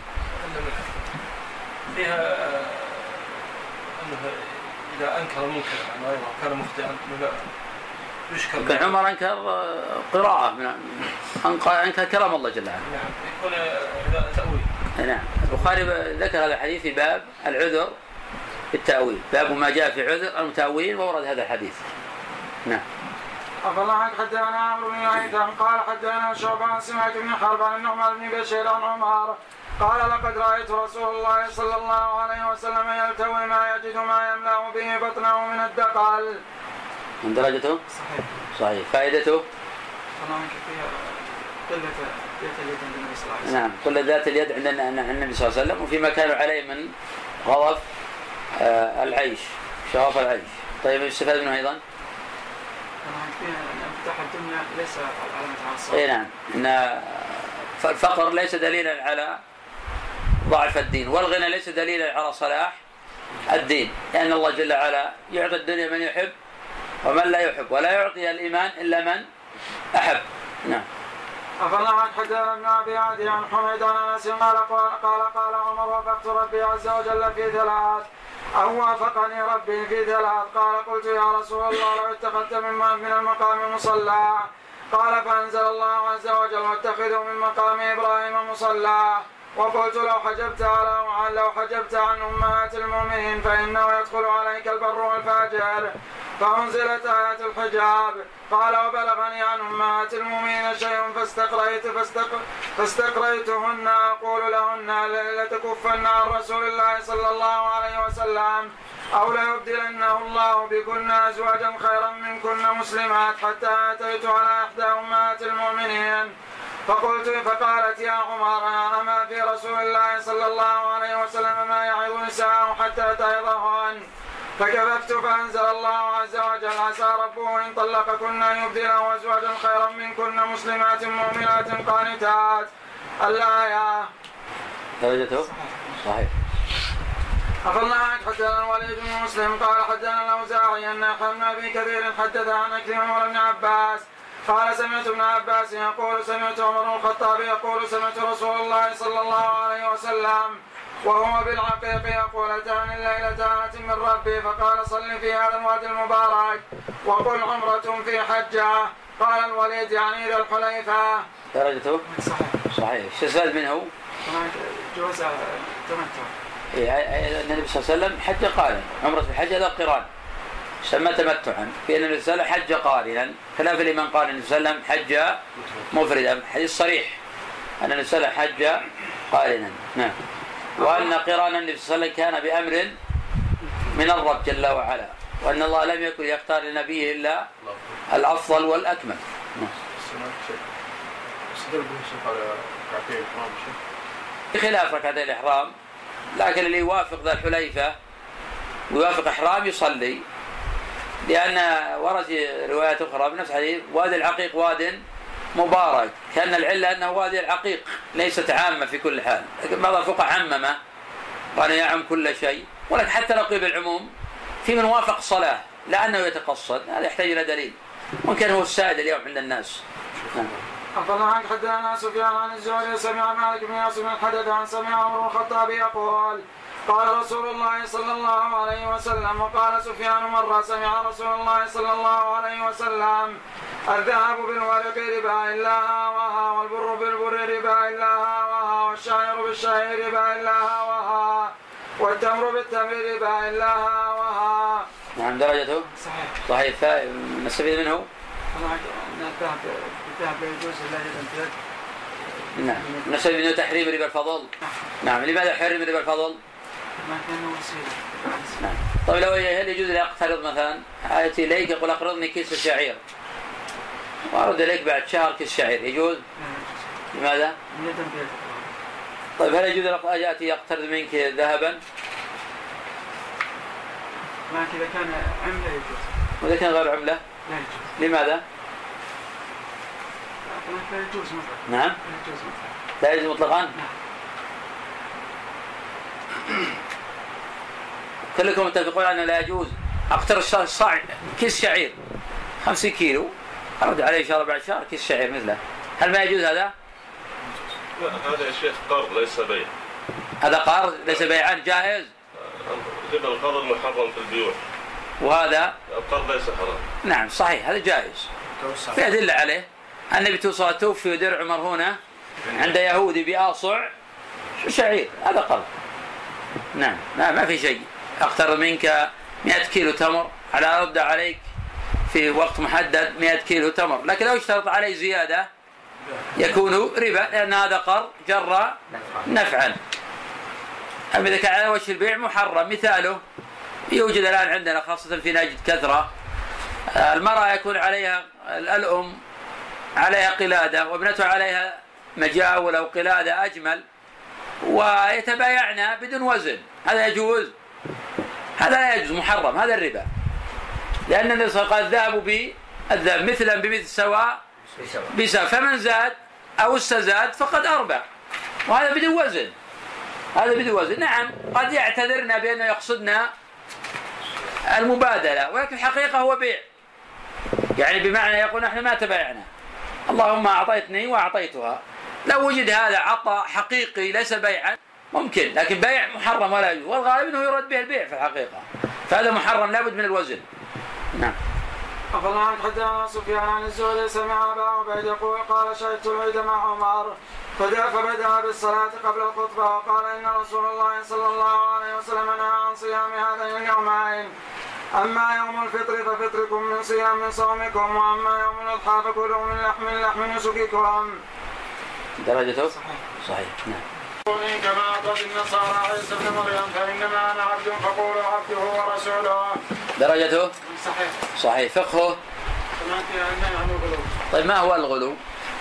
فيها أنه إذا أنكر منكر عن غيره كان مخطئا يشكر. كان عمر أنكر قراءة أنكر كلام الله جل وعلا. نعم، يكون إذا تأويل. نعم، البخاري ذكر هذا الحديث في باب العذر بالتأويل، باب ما جاء في عذر المتأويل، وورد هذا الحديث. نعم. أفضل عنك حدثنا عمرو بن الهيثم قال حدثنا شعبان سمعت بن حرب عن النعمان بن بشير عن عمر قال لقد رأيت رسول الله صلى الله عليه وسلم يلتوي ما يجد ما يملأ به بطنه من الدقل. من درجته؟ صحيح. فائدته؟ طبعا فيها قلة ذات اليد عند النبي صلى الله عليه وسلم. نعم، قلة ذات اليد عند النبي صلى الله عليه وسلم، وفيما كانوا عليه من غضف العيش، شغف العيش. طيب يستفاد منه أيضا؟ طبعا فيها أن انفتاح الدنيا ليس علامة على الصلاة. اي نعم، ان الفقر ليس دليلا على ضعف الدين، والغنى ليس دليلا على صلاح الدين، لأن الله جل وعلا يعطي الدنيا من يحب ومن لا يحب، ولا يعطي الإيمان إلا من أحب. نعم. أفضل عنك حدثنا ابن أبي عدي عن حميد عن أنس قال عمر وفقت ربي عز وجل في ثلاث أو وافقني ربي في ثلاث. قال قلت يا رسول الله لو اتخذت من المقام مصلى. قال فأنزل الله عز وجل واتخذوا من مقام إبراهيم مصلى. وقلت لو حجبت عن أمهات المؤمنين فإنه يدخل عليك البر والفاجر. فأنزلت آية الحجاب. قال وبلغني عن أمهات المؤمنين شيء فاستقريتهن أقول لهن لتكفن عن رسول الله صلى الله عليه وسلم أو ليبدلنه الله بكن أزواجا خيرا منكن مسلمات حتى أتيت على إحدى أمهات المؤمنين فقالت يا عمر أما في رسول الله صلى الله عليه وسلم ما يعظ نساءه حتى تعظهن. فكففت فأنزل الله عز وجل عسى ربه إن طلقكن أن يبدله أزواجا خيرا منكن مسلمات مؤمنات قانتات. الآية. درجته صحيح. أفضل عنك حدثنا الوليد بن مسلم قال حدثنا الأوزاعي أن يحيى بن أبي كثير حدث عن عكرمة بن عباس قال سمعت ابن عباس يقول سمعت عمر بن الخطاب يقول سمعت رسول الله صلى الله عليه وسلم وهو بالعقيق يقول أتاني الليلة آت من ربي فقال صل في هذا الوادي المبارك وقل عمرة في حجة. قال الوليد يعني ذا الحليفة. درجته صحيح. شو استفاد منه؟ جواز التمتع. النبي صلى الله عليه وسلم حج قارنا، عمرة في الحج هذا قران سمى تمتعا، في أن النبي صلى الله عليه وسلم حج قارنا خلاف لمن قال النبي صلى الله عليه وسلم حج مفردا. حديث صريح أن النبي صلى الله عليه وسلم حج قارنا. نعم. وأن قران النبي صلى الله عليه وسلم كان بأمر من الرب جل وعلا، وأن الله لم يكن يختار لنبيه إلا الأفضل والأكمل. بخلاف ركعتي الإحرام، لكن اللي يوافق ذا الحليفة ويوافق إحرام يصلي، لأن ورد رواية أخرى بنفس الحديث وادي العقيق واد مبارك، كأن العلة أنه وادي العقيق ليست عامة في كل حال، لكن بعض الفقهاء عممه وأنا يعم كل شيء، ولكن حتى لو قيل بالعموم في من وافق صلاة لأنه يتقصد، هذا يحتاج إلى دليل، وكان هو السائد اليوم عند الناس. أفضل عنك حدثنا سفيان عن الزهري سمع مالك بن ياسر بن الحدث عن سمع عمر بن الخطاب يقول قال رسول الله صلى الله عليه وسلم. وقال سفيان مرة سمع رسول الله صلى الله عليه وسلم الذهب بالورق ربا إلا هاوها والبر بالبر ربا إلا هاوها والشعير بالشعير ربا إلا هاوها والتمر بالتمر ربا إلا هاوها. نعم. درجته صحيح. نستفيد منه الذهب لا يجوز إلا إذا نعم. نستفيد منه تحريم ربا الفضل. نعم. لماذا حرم ربا الفضل؟ ما كان وسيلة. نعم. طيب لو هل يجوز لي أقترض مثلا؟ آتي إليك يقول أقرضني كيس الشعير وأرد إليك بعد شهر كيس شعير، يجوز؟ لماذا؟ طيب هل يجوز أتي أقترض منك ذهبا؟ ما إذا كان عملة يجوز. وإذا كان غير عملة؟ لا يجوز. لماذا؟ لا يجوز مطلقا. نعم. لا يجوز مطلقا. كلكم متفقون أنه لا يجوز أقترض صاع كيس شعير 50 كيلو أرد عليه إن شاء الله بعد شهر كيس شعير مثله. هل ما يجوز هذا؟ لا هذا يا شيخ قرض ليس بيع. هذا قرض ليس بيعا جائز. ربا القرض محرم في البيوع. وهذا القرض ليس حرام. نعم صحيح هذا جائز. في أدلة عليه. النبي توفي ودرع مرهونة عند يهودي بأصع شعير، هذا قرض. نعم ما في شيء. أقترض منك 100 كيلو تمر على أرد عليك في وقت محدد 100 كيلو تمر، لكن لو اشترط عليه زيادة يكون ربا، لأن هذا قرض جر نفعا. أما إذا كان على وجه البيع محرم، مثاله يوجد الآن عندنا خاصة في نجد كثرة، المرأة يكون عليها الأم عليها قلادة وابنته عليها مجاول أو قلادة أجمل، ويتبايعنا بدون وزن، هذا يجوز؟ هذا لا يجوز، محرم، هذا الربا، لأن النبي صلى الله عليه وسلم قال الذهب بالذهب مثلا بمثل سواء بسواء، فمن زاد أو استزاد فقد أربح، وهذا بدون وزن، هذا بدون وزن. نعم قد يعتذرنا بأنه يقصدنا المبادلة، ولكن الحقيقة هو بيع، يعني بمعنى يقول نحن ما تبايعنا، اللهم أعطيتني وأعطيتها. لو وجد هذا عطاء حقيقي ليس بيعا ممكن، لكن بيع محرم ولا يجوز، والغالب أنه يرد به البيع في الحقيقة، فهذا محرم لابد من الوزن. نعم. أخبرنا عن حدثنا سفيان عن الزهري سمع أبا عبيد يقول قال شهدت العيد مع عمر فبدأ بالصلاة قبل الخطبة وقال إن رسول الله صلى الله عليه وسلم نهى عن صيام هذين اليومين، أما يوم الفطر ففطركم من صيام من صومكم، وأما يوم الأضحى فكلوا من لحم نسككم. درجته صحيح. نعم. كما أعطت النصارى عيسى ابن مريم فإنما أنا عبد فقولوا عبده ورسوله. درجته صحيح. فقهه. طيب ما هو الغلو؟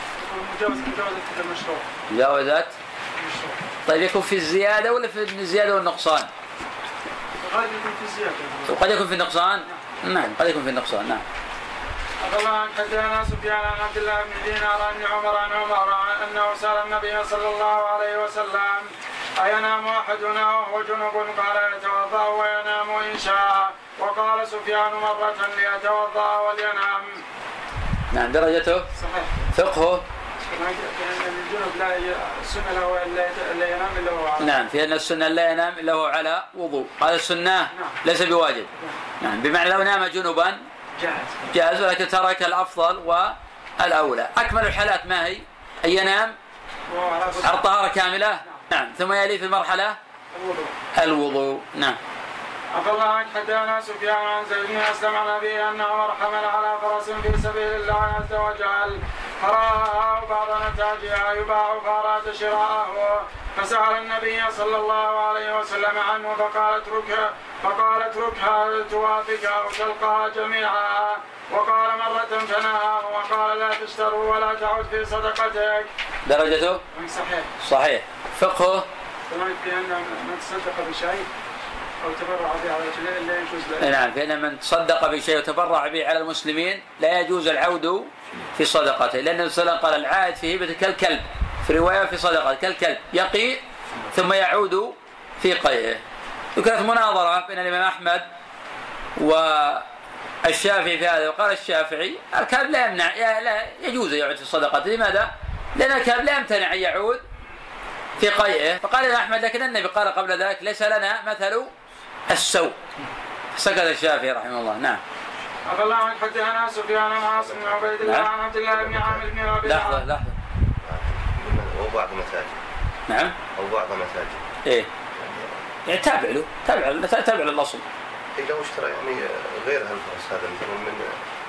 مجاوزات. طيب يكون في الزيادة ولا في الزيادة والنقصان؟ قد يكون في الزيادة وقد يكون في النقصان. نعم قد يكون في النقصان. نعم. أخبرنا عن حدثنا سفيان عن عبد الله بن دينار عن عمر أنه سأل النبي صلى الله عليه وسلم أينام أحدنا وهو جنب؟ قال يتوضأ وينام إن شاء، وقال سفيان مرة ليتوضأ ولينام. نعم. درجته صحيح. فقهه. الجنب لا السنة لا ينام إلا هو على. نعم في أن السنة لا ينام إلا هو على وضوء، هذا السنة ليس بواجب. نعم بمعنى لو نام جنبا جاز، ولكن ترك الأفضل والأولى. أكمل الحالات ما هي؟ أن ينام الطهارة كاملة. نعم ثم يلي في المرحلة الوضوء. نعم. أخبرنا عن حدثنا سفيان عن زيد بن أسلم عن أبيه أن عمر حمل على فرس في سبيل الله عز وجل فرآها بعض نتاجها يباع فأراد شراءه، فسأل النبي صلى الله عليه وسلم عنه فقال اتركها توافق أو تلقاها جميعا، وقال مرة فنهاه وقال لا تشتروا ولا تعد في صدقتك. درجته صحيح. فقهه. بأن من تصدق بشيء أو تبرع به على المسلمين لا يجوز له. نعم فإن من تصدق بشيء وتبرع به على المسلمين لا يجوز العود في صدقته، لأن النبي صلى الله عليه وسلم قال العائد في هبته كالكلب، في رواية في صدقة كالكلب يقي ثم يعود في قيئه. وكانت مناظرة بين الإمام أحمد والشافعي في هذا، وقال الشافعي الكلب لا يمنع لا يجوز يعود في صدقته. لماذا؟ لأن الكلب لا يمتنع أن يعود في قيئه. فقال الإمام أحمد لكن النبي قال قبل ذلك ليس لنا مثل السوء، سكت الشافعي رحمه الله. نعم. أخبرنا عن حدثنا سفيان عن عاصم بن عبيد الله عن عبد الله بن عامر بن ربيعة. لحظة. أو بعض مساجد. نعم. أو بعض مساجد. إيه. يعني تابع للأصل. لو اشترى يعني غير هالفرس هذا من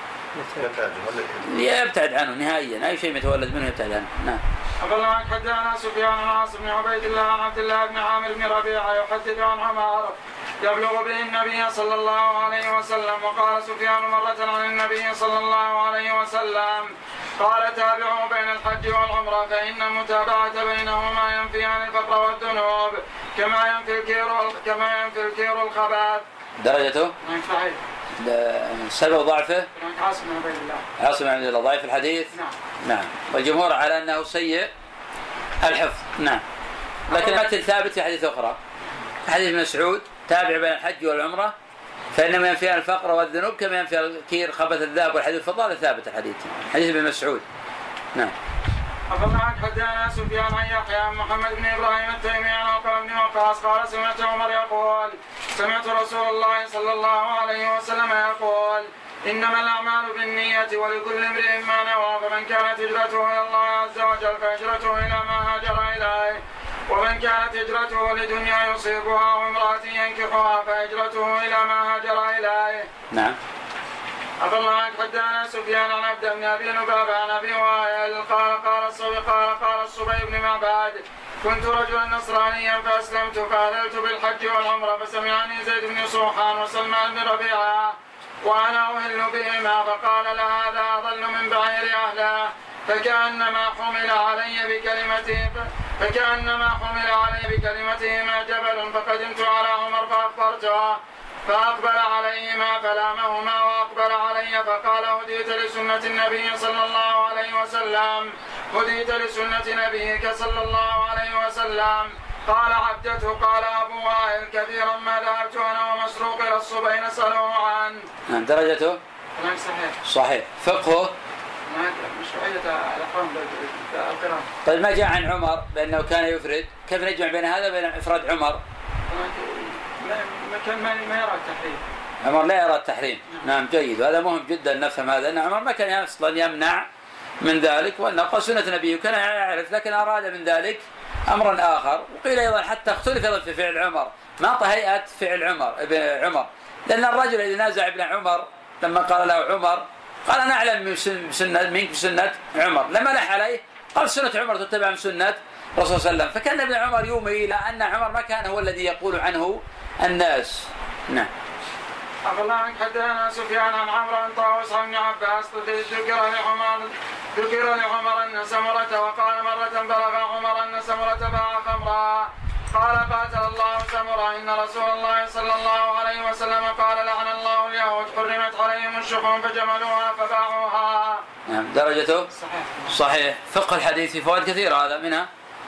نتاجه يبتعد عنه نهائيا، أي شيء يتولد منه يبتعد عنه. نعم. أخبرنا عن حدثنا سفيان عن عاصم بن عبيد الله عن عبد الله بن عامر بن ربيعة يحدث عن عمر يبلغ به النبي صلى الله عليه وسلم. وقال سفيان مرة عن النبي صلى الله عليه وسلم قال تابعوا بين الحج والعمرة فإن المتابعة بينهما ينفيان الفقر والذنوب كما ينفي الكير الخبث. درجته صحيح. سبب ضعفه عاصم بن عبيد الله. عاصم بن عبيد الله ضعيف الحديث. نعم. والجمهور على أنه سيء الحفظ. نعم. لكن مثل ثابت في حديث أخرى، حديث ابن مسعود تابع بين الحج والعمرة فإنما ينفي الفقر والذنوب كما ينفي الكير خبث الذهب والحديد والفضة. ثابت الحديث، حديث ابن مسعود. نعم. أخبرنا عن حدثنا سفيان عن يحيى محمد بن إبراهيم التيمي عن عقبة بن وقاص قال سمعت عمر يقول سمعت رسول الله صلى الله عليه وسلم يقول إنما الأعمال بالنية ولكل امرئ ما نوى فمن كانت هجرته إلى الله عز وجل فهجرته إلى ما هاجر إليه ومن كانت هجرته لدنيا يصيبها وامرأة ينكحها فهجرته إلى ما هاجر إليه. نعم. أخبرنا عن حدثنا سفيان عن عبد بن أبي لبابة عن أبي وائل قال الصبي بن معبد كنت رجلا نصرانيا فأسلمت فأهللت بالحج والعمرة فسمعني زيد بن صوحان وسلمان بن ربيعة وأنا أهل بهما فقال لهذا أضل من بعير أهله فكأنما حمل علي بكلمتهما جبل فقدمت على عمر فأخبرته فأقبل عليهما فلامهما وأقبل علي فقال هديت لسنة النبي صلى الله عليه وسلم هديت لسنة نبيك صلى الله عليه وسلم. قال عبدته قال أبو وائل كثيرا ما ذهبت أنا ومسروق إلى الصبي نسأله عنه. درجته صحيح. فقهه مشروعية الأحرام القران. طيب ما جاء عن عمر بأنه كان يفرد، كيف نجمع بين هذا وبين إفراد عمر؟ ما يرى التحريم. عمر لا يرى التحريم. نعم جيد، وهذا مهم جدا نفهم هذا، أن عمر ما كان أصلا يمنع من ذلك وأنه قال سنة نبيه كان يعرف، لكن أراد من ذلك أمرا آخر. وقيل أيضا حتى اختلف أيضا في فعل عمر، ما هيئة فعل عمر، لأن الرجل الذي نازع ابن عمر لما قال له عمر قال أنا أعلم منك بسنة عمر، لما لح عليه قال سنة عمر تتبع من سنة الرسول صلى الله عليه وسلم، فكان ابن عمر يومي إلى أن عمر ما كان هو الذي يقول عنه الناس. نعم. أخبرنا عن حدثنا سفيان عن عمرو عن طاووس عن عباس ذكر لعمر أن سمرة وقال مرة بلغ عمر أن سمرة باع خمرا قال قاتل الله سمرة إن رسول الله صلى الله عليه وسلم قال لعن الله اليهود حرمت عليهم الشحوم فجملوها فباعوها. نعم. درجته صحيح. فقه الحديث في فوائد كثيرة هذا منها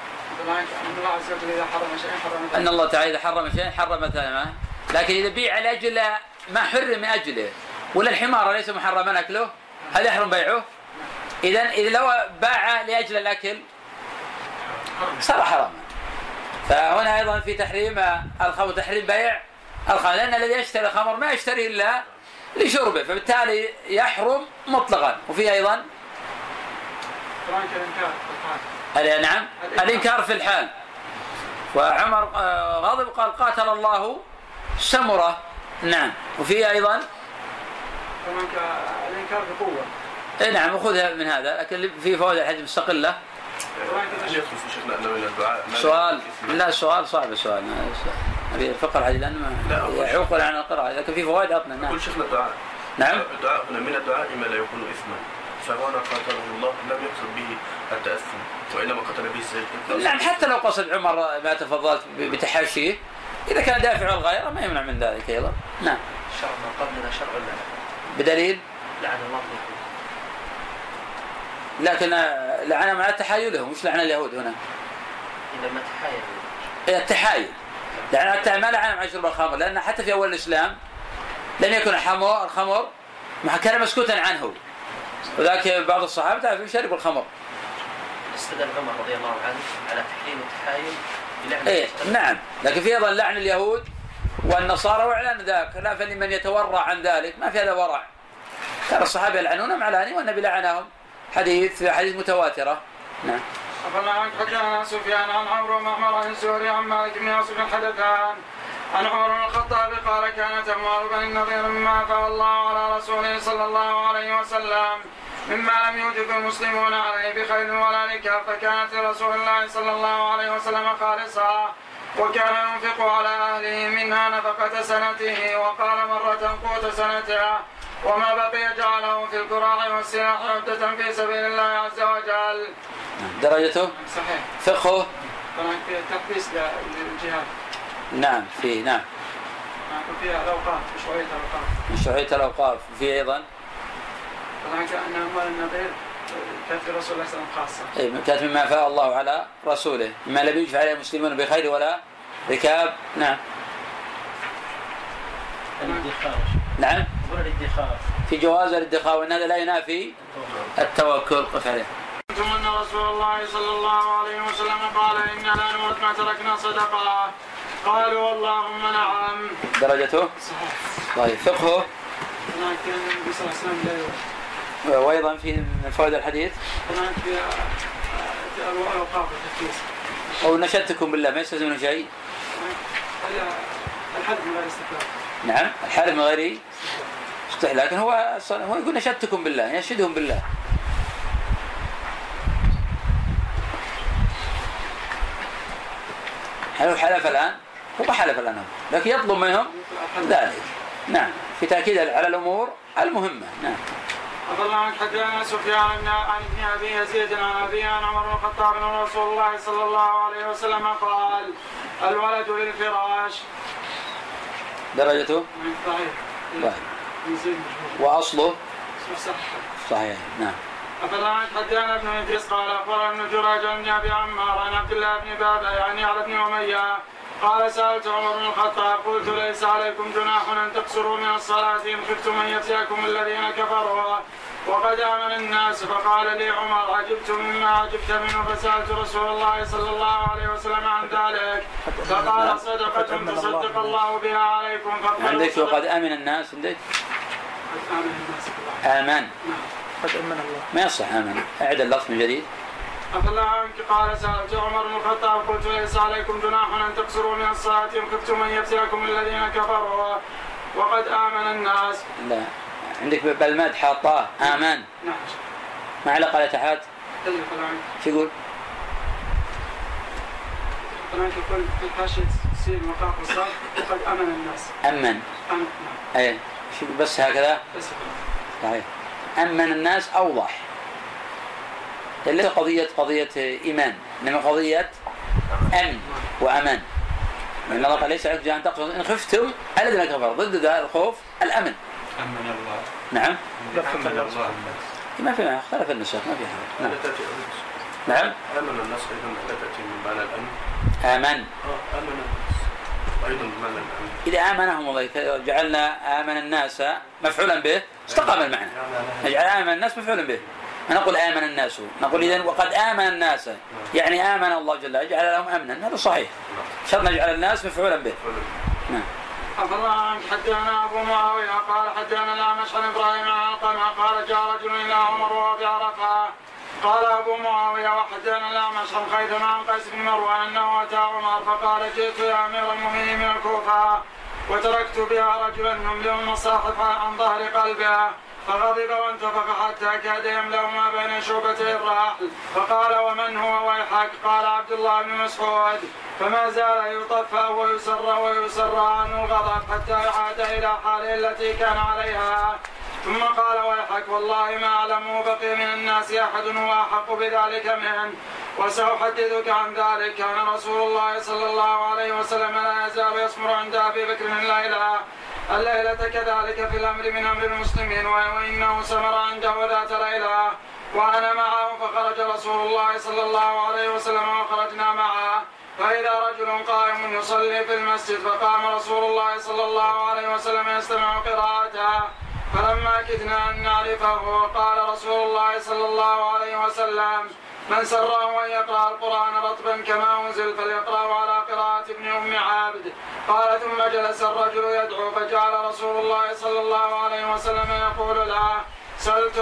أن الله تعالى إذا حرم شيء حرم ثمنه، لكن إذا بيع لأجل ما حرم من أجله ولا الحمار ليس محرما أكله هل يحرم بيعه؟ إذا لو باع لأجل الأكل صار حراما. فهنا أيضا في تحريم الخمر تحريم بيع الخمر، لأن الذي يشتري الخمر ما يشتري إلا لشربه، فبالتالي يحرم مطلقا. وفيه أيضا نعم الإنكار في الحال. وعمر غضب قال قاتل الله سمرة. نعم. وفيه أيضا الإنكار بقوة. نعم وخذها من هذا، لكن في فوائد الحديث مستقلة. سؤال لا سؤال صعب السؤال فقه الحديث لأنه يعوقل عن القراءة، لكن في فوائد عطنا. نعم. كل شيخنا الدعاء. نعم. الدعاء من الدعاء ما لا يكون إثما، فهنا قاتله الله لم يقصد به التأثم وإنما قتل به السيد. نعم. حتى لو قصد عمر ما تفضلت بتحاشيه إذا كان دافع الغير ما يمنع من ذلك أيضا. نعم. شرع ما قبلنا شرع لنا بدليل لعن الله اليهود، لكن لعن مع تحايلهم مش لعن اليهود هنا. إنما تحايل. التحايل لعن ما لعن مع شرب الخمر، لأن حتى في أول الإسلام لم يكن الخمر كان مسكوتا عنه، وذاك بعض الصحابة تعرفوا يشربوا الخمر. استدل عمر رضي الله عنه على تحريم التحايل بلعن. نعم. لكن في أيضا لعن اليهود والنصارى وإعلان ذاك، لا فلمن يتورع عن ذلك ما في هذا ورع. كان الصحابة يلعنونهم علاني والنبي لعنهم، حديث متواترة. نعم. أخبرنا عن حدثنا سفيان عن عمرو معمر عن الزهري عن مالك بن عاصم الحدثان عن عمر بن الخطاب قال كانت أموال بني النضير مما أفاء الله على رسوله صلى الله عليه وسلم مما لم يوجب المسلمون عليه بخير ولا نكاح، فكانت لرسول الله صلى الله عليه وسلم خالصة، وكان ينفق على أهله منها نفقة سنته، وقال مرة قوت سنتها، وما بقي جعله في الكراع والسلاح عدة في سبيل الله عز وجل. درجته صحيح. فقهه في تقديس للجهاد. نعم فيه. نعم. فيها الأوقاف مشروعية الأوقاف فيه أيضا. طبعا كأن أموال النضير كانت لرسول الله صلى الله عليه وسلم خاصة. كانت مما أفاء الله على رسوله مما لم يوجب عليه المسلمون بخير ولا ركاب. نعم. الادخار نعم والادخار. في جواز الادخار، وأن هذا لا ينافي التوكل. قف عليه. ثم أن رسول الله صلى الله عليه وسلم قال إنا لا نموت ما تركنا صدقة. قالوا اللهم نعم. درجته طيب. فقهه هناك النبي صلى الله عليه وسلم وأيضا في من فوائد الحديث هناك في الأوقاف والتفكير. أو نشدتكم بالله ما يستلزم منه شيء. الحلف من غير استقلال. نعم الحلف من غير استحلال، لكن هو يقول نشدتكم بالله، ينشدهم بالله. هل حلف الآن؟ هو حلف الآن، لكن يطلب منهم ذلك. نعم في تأكيد على الأمور المهمة. نعم. أخبرنا عن حدثنا سفيان عن ابن أبي يزيد عن أبي عن عمر بن الخطاب أن رسول الله صلى الله عليه وسلم قال الولد للفراش. درجته صحيح. وأصله صح. صحيح. نعم. أخبرنا عن حدثنا ابن إدريس قال أخبرنا ابن جريج عن أبي عمار عن عبد الله بن بابا يعني على ابن أمية قال سألت عمر بن الخطاب قلت ليس عليكم جناح أن تقصروا من الصلاة إن خفتم أن يأتيكم الذين كفروا وقد آمن الناس. فقال لي عمر عجبت مما عجبت منه فسألت رسول الله صلى الله عليه وسلم عن ذلك فقال صدقة تصدق الله بها عليكم. عندك وقد آمن الناس عندك آمن قد أمن الله ما يصح آمن. أعد اللفظ من جديد. أفلا عنك قال سألت عمر بن الخطاب قلت ليس عليكم جناح أن تقصروا من الصلاة إن خفتم أن يأتيكم الذين كفروا وقد آمن الناس. لا عندك بالمد حاطاه آمن. نعم. ما علاقة على تحت؟ شو يقول؟ هناك يقول في الحاشية سين وقاف وصاد وقد أمن الناس. أمن. نعم. أي بس هكذا. بس صحيح. أمن الناس أوضح. ليس قضية إيمان، إنما قضية أمن وأمان. من الله قال ليس عليكم جناح أن تقصروا إن خفتم الذين كفروا. ضد ذا الخوف الأمن. أمن الله. نعم. أمن الله. ما في اختلف النسخ ما في حاجة. لا تأتي نعم. آمن الناس أيضا لا تأتي من معنى الأمن. آمن. آمن الناس أيضا بمعنى الأمن. إذا آمنهم الله جعلنا آمن الناس مفعولا به استقام المعنى. نجعل آمن الناس مفعولا به. ما نقول آمن الناس، نقول إذن وقد آمن الناس يعني آمن الله جل وعلا جعل لهم أمنا. هذا صحيح. شرط نجعل الناس مفعولا به. نعم. أخبرنا حدثنا أبو معاوية قال حدثنا الأعمش عن إبراهيم عن القمع قال جاء رجل إلى عمر وهو بعرفة. قال أبو معاوية وحدثنا الأعمش عن خيثمة عن قيس بن مروان أنه أتى عمر فقال جئت يا أمير المؤمنين من الكوفة وتركت بها رجلا يملأ المصاحف عن ظهر قلبه فغضب وانتفخ حتى كاد يملأ ما بين شعبتي الرحل. فقال ومن هو ويحك؟ قال عبد الله بن مسعود. فما زال يطفأ ويسر عنه الغضب حتى عاد إلى حاله التي كان عليها. ثم قال ويحك والله ما أعلم بقي من الناس أحد هو أحق بذلك منه وسأحدثك عن ذلك. كان رسول الله صلى الله عليه وسلم لا يزال يصبر عند أبي بكر الليلة كذلك في الأمر من أمر المسلمين وإنه سمر عنده ذات ليلة وأنا معه فخرج رسول الله صلى الله عليه وسلم وخرجنا معه فإذا رجل قائم يصلي في المسجد فقام رسول الله صلى الله عليه وسلم يستمع قراءته فلما كدنا أن نعرفه قال رسول الله صلى الله عليه وسلم من سره أن يقرأ القرآن رطبا كما أنزل فليقرأه على قراءة ابن أم عبد. قال ثم جلس الرجل يدعو فجعل رسول الله صلى الله عليه وسلم يقول له سل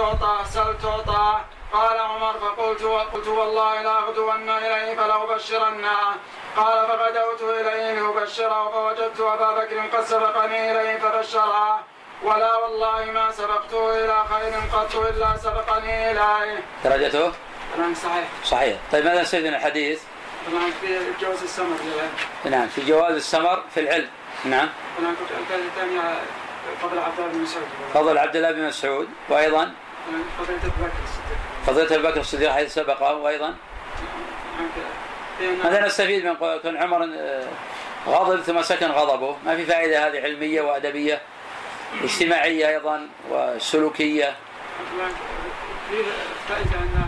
تعطى. قال عمر فقلت والله لا أغدون إليه فلو بشرنا. قال فغدوت إليه لأبشره فوجدت أبا بكر قد سبقني إليه فبشره ولا والله ما سبقته إلى خير قط إلا سبقني إليه. درجته؟ نعم صحيح. طيب ماذا نستفيد من الحديث؟ نعم في جواز السمر للعلم. نعم في جواز السمر في العلم. نعم. نعم كنت الثانية فضل عبد الله بن مسعود. فضل عبد الله بن مسعود وأيضا فضيلة أبي بكر الصديق حيث سبقه وأيضا. ماذا نستفيد من كون عمر غضب ثم سكن غضبه؟ ما في فائدة هذه علمية وأدبية اجتماعية أيضا وسلوكية. فيه فائدة أن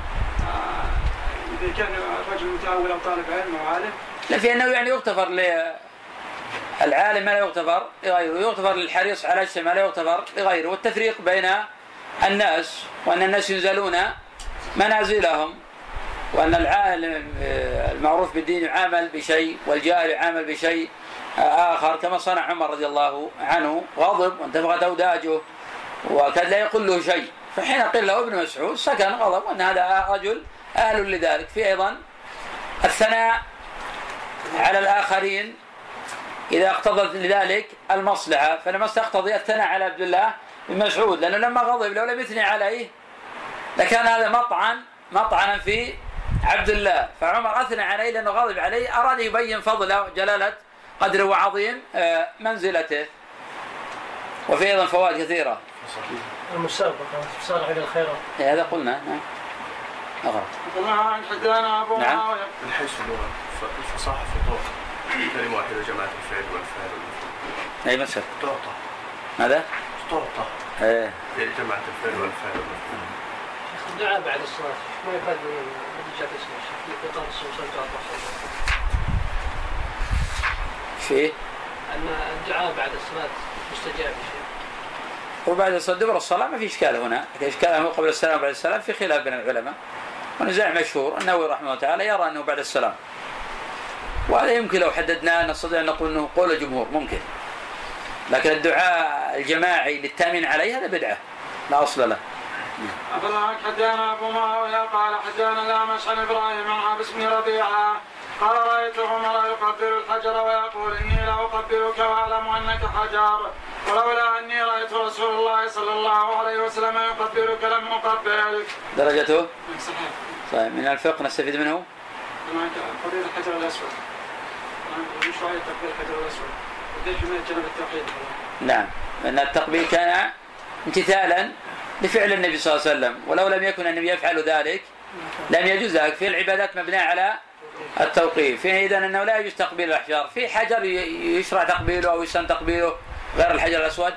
إذا كان رجل متأول أو طالب علم أو عالم لا في أنه يعني يغتفر العالم ما لا يغتفر لغيره، يغتفر للحريص على الشيء ما لا يغتفر لغيره. والتفريق بين الناس، وأن الناس ينزلون منازلهم، وأن العالم المعروف بالدين يعامل بشيء والجاهل يعامل بشيء آخر، كما صنع عمر رضي الله عنه، غضب وانتفخت أوداجه وكاد لا يقول له شيء، فحين قيل له ابن مسعود سكن غضب، وأن هذا رجل أهل لذلك. في أيضا الثناء على الآخرين إذا اقتضت لذلك المصلحة، فلما استقتضي الثناء على عبد الله بن مسعود، لأنه لما غضب لو لم يثني عليه لكان هذا مطعنا في عبد الله، فعمر أثنى عليه لأنه غضب عليه، أراد يبين فضله جلالة قدره وعظيم منزلته. وفي أيضا فوائد كثيرة. المسابقة تسارع إلى الخيرات. هذا قلنا. نعم. أغرب. نعم. من حيث اللغة الفصاحة في الطرق كلمة واحدة جماعة الفعل والفعل والمفعول. أي مثل؟ طرطة. ماذا؟ طرطة. إيه. يعني جماعة الفعل والفعل والمفعول. الدعاء بعد الصلاة ما يفاد من نتيجة اسمه في إطار الصلاة. في؟ أن الدعاء بعد الصلاة مستجاب شيء. وبعد دبر الصلاة ما في إشكال هنا، إشكال قبل السلام وبعد السلام في خلاف بين العلماء، ونزاع مشهور. النووي رحمه الله تعالى يرى أنه بعد السلام، وهذا يمكن لو حددناه نستطيع أن نقول أنه قول الجمهور ممكن، لكن الدعاء الجماعي للتامين عليه هذا بدعة لا أصل له. أخبرنا حدثنا أبو معاوية قال حدثنا الأعمش عن إبراهيم عن عبس بن ربيعة قال رأيت عمر يقبل الحجر ويقول إني لأقبلك وأعلم أنك حجر، ولولا أني رأيت رسول الله صلى الله عليه وسلم يقبلك لم أقبلك. درجته؟ صحيح. طيب من الفقه نستفيد منه؟ قبيل الحجر الأسود. مش رأيت تقبيل الحجر الأسود. ودي حماية جنب التقليد. نعم، أن التقبيل كان امتثالا لفعل النبي صلى الله عليه وسلم، ولو لم يكن النبي يفعل ذلك لم يجوز ذلك. في العبادات مبنية على التوقيف، فيه إذن أنه لا يجوز تقبيل الأحجار. في حجر يشرع تقبيله أو يسن تقبيله غير الحجر الأسود.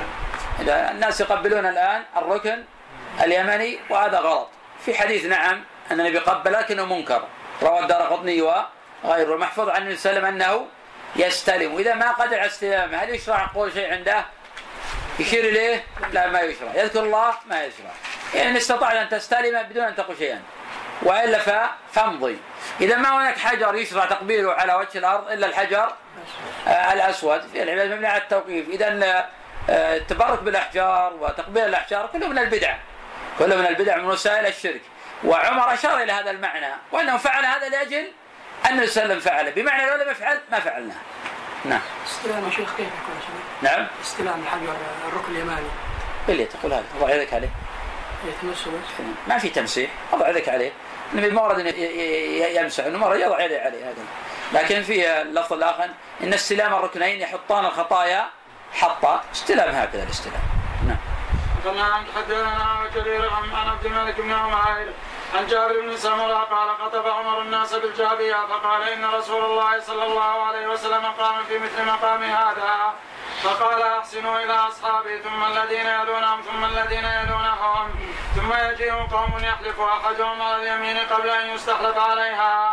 الناس يقبلون الآن الركن اليمني وهذا غلط. في حديث نعم أن النبي قبل لكنه منكر، رواه الدارقطني وغيره، محفوظ عن النبي صلى الله عليه وسلم أنه يستلم، وإذا ما قدر على استلامه هل يشرع قول شيء عنده يشير إليه؟ لا ما يشرع. يذكر الله ما يشرع. إن استطعت أن تستلم بدون أن تقول شيئا، وإلا فامضي. إذا ما هناك حجر يشرع تقبيله على وجه الأرض إلا الحجر الأسود، في العبادة مبنية على التوقيف. إذن التبرك بالأحجار وتقبيل الأحجار كله من البدع، من وسائل الشرك. وعمر أشار إلى هذا المعنى، وأنه فعل هذا لأجل أن النبي صلى الله عليه وسلم فعله، بمعنى لو لم يفعل ما فعلناه. نعم. استلام يا شيخ كيف يكون يا شيخ؟ نعم. استلام الحجر الركن اليماني. اللي تقول هذا وضع يدك عليه. يتمسه ما في تمسيح، وضع يدك عليه. النبي ما ورد يمسح، إنه مرة يضع يده عليه هذا. لكن في اللفظ الآخر إن استلام الركنين يحطان الخطايا حطا، استلام هكذا الاستلام. نعم. قلنا حدثنا وجرير عن عبد الملك بن عمير عن جابر بن سمرة قال خطب عمر الناس بالجابية فقال إن رسول الله صلى الله عليه وسلم قام في مثل مقام هذا، فقال أحسنوا إلى أصحابي ثم الذين يلونهم ثم الذين يلونهم، ثم يجيء قوم يحلف أحدهم على اليمين قبل أن يستحلف عليها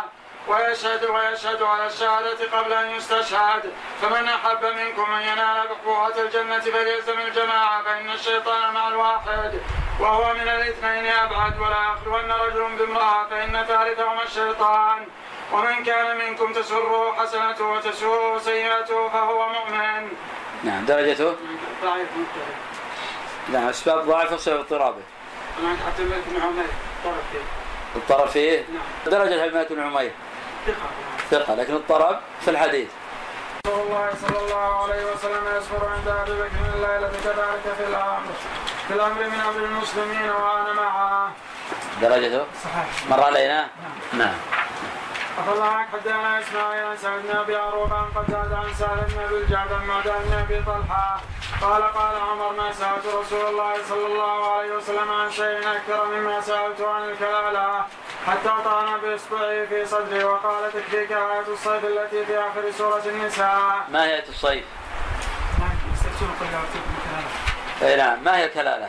ويشهد على الشهادة قبل أن يستشهد، فمن أحب منكم أن ينال بحبوحة الجنة فليلزم الجماعة فإن الشيطان مع الواحد وهو من الاثنين أبعد، ولا يخلون رجل بامرأة فإن ثالثهما الشيطان، ومن كان منكم تسره حسنته وتسوءه سيئته فهو مؤمن. نعم. درجته؟ ضعيف. نعم. أسباب ضعف وسبب اضطرابه. أنا عبد الملك بن عمير الطرف فيه؟ نعم. درجة عبد الملك بن عمير ثقة، لكن الطرب في الحديث. رسول الله صلى الله عليه وسلم يصبر عند أبي بكر الليلة كذلك في الأمر من أمر المسلمين وأنا معه. درجته؟ صحيح. مر علينا؟ نعم. أخبرنا حدثنا إسماعيل عن سعد بن أبي عروبة عن قتادة عن سهل بن أبي الجعد عن معدان بن أبي طلحة قال عمر ما سألت رسول الله صلى الله عليه وسلم عن شيء أكثر مما سألته عن الكلالة حتى طعن بإصبعه في صدري وقال تكفيك آية الصيف التي في آخر سورة النساء. ما هي آية الصيف؟ نعم. ما هي الكلالة؟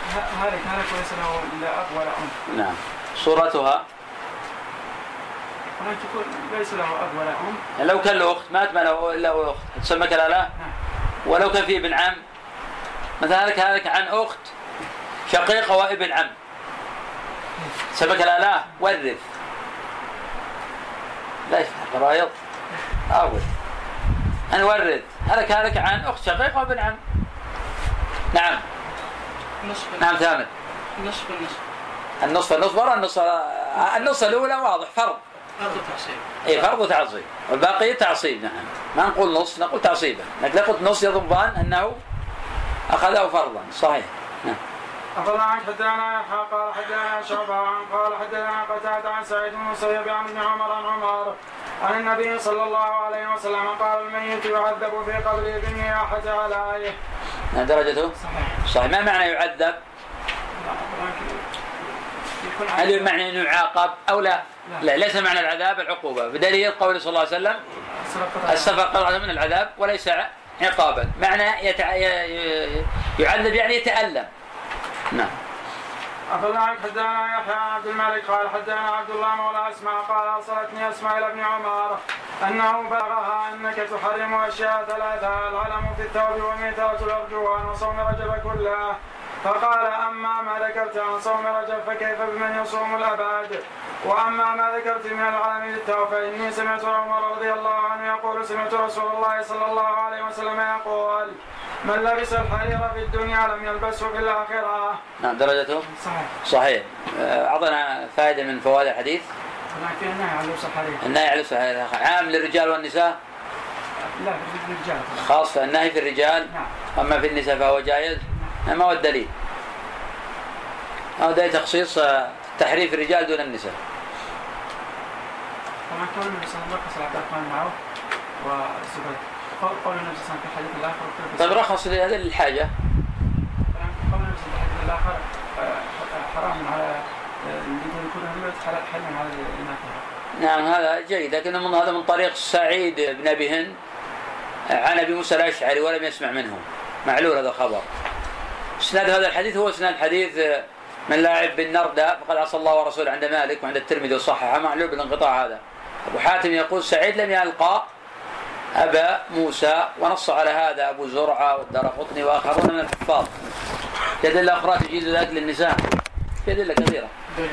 هلك وليس له لا أب ولا أم. نعم. صورتها هناك تقول ليس له أب ولا أم. يعني لو كان له أخت مات ما له إلا أخت تسمى كلالة. ولو كان فيه ابن عم مثلا هلك عن أخت شقيقة وابن عم تسمى كلالة ورث. لا يفعل الرائض أول أنا ورث هلك عن أخت شقيقة وابن عم. نعم نعم ثامن النصف برا النص الأولى واضح فرض تعصيب. اي فرض وتعصيب والباقي تعصيب. نعم ما نقول نص نقول تعصيبا لكن لو قلت نص يظن أنه أخذه فرضا صحيح. نعم. أخذ عنك حدثنا يحيى قال حدثنا شعبة قال حدثنا قتادة عن سعيد بن المسيب عن ابن عمر عن النبي صلى الله عليه وسلم قال الميت يعذب في قبره بالنياحة على أيه. درجته صحيح. ما معنى يعذب؟ هل المعنى أنه يعاقب أو لا؟ لا ليس معنى العذاب العقوبة بدليل قول صلى الله عليه وسلم السفر قطعة من العذاب وليس عقابا. معنى يعذب يعني يتألم. نعم. أخذ عنك حدثنا يحيى عبد الملك قال حدثنا عبد الله مولى أسماء قال أرسلتني أسماء إلى ابن عمر أنه بلغها أنك تحرم أشياء ثلاثة العلم في الثوب وميتة الأرجوان وصوم رجب كله. فقال أما ما ذكرت عن صوم رجب فكيف بمن يصوم الأبد وأما ما ذكرت من العلم للثوب فإني سمعت عمر رضي الله عنه يقول سمعت رسول الله صلى الله عليه وسلم يقول من لبس الحرير في الدنيا لم يلبسه في الآخرة. نعم درجته صحيح. أعطنا فائدة من فوائد الحديث. النهي عن لبس الحرير. النهي عن لبس الحرير عام للرجال والنساء؟ لا في الرجال خاصة النهي في الرجال. نعم. أما في النساء فهو جائز. ما هو الدليل؟ هذا تخصيص تحريف الرجال دون النساء. طبعا كون النبي صلى الله عليه وسلم عبد الرحمن معه والزبير قول النبي صلى الله عليه وسلم في الحديث الآخر. طيب رخص لهذه الحاجة. قول النبي صلى الله عليه وسلم في الحديث الآخر حرام على اللي يكون هلوت حل على النافذة. نعم هذا جيد لكن هذا من طريق سعيد بن أبي هند عن أبي موسى الأشعري ولم يسمع منه معلول هذا الخبر. اسناد هذا الحديث هو اسناد حديث من لاعب بالنردة فقد عصى الله ورسوله عند مالك وعند الترمذي وصححه معلول بالانقطاع. هذا أبو حاتم يقول سعيد لم يلقى أبا موسى ونص على هذا أبو زرعة والدارقطني وآخرون من الحفاظ. أدلة أخرى تجيز ذلك للنساء أدلة كثيرة.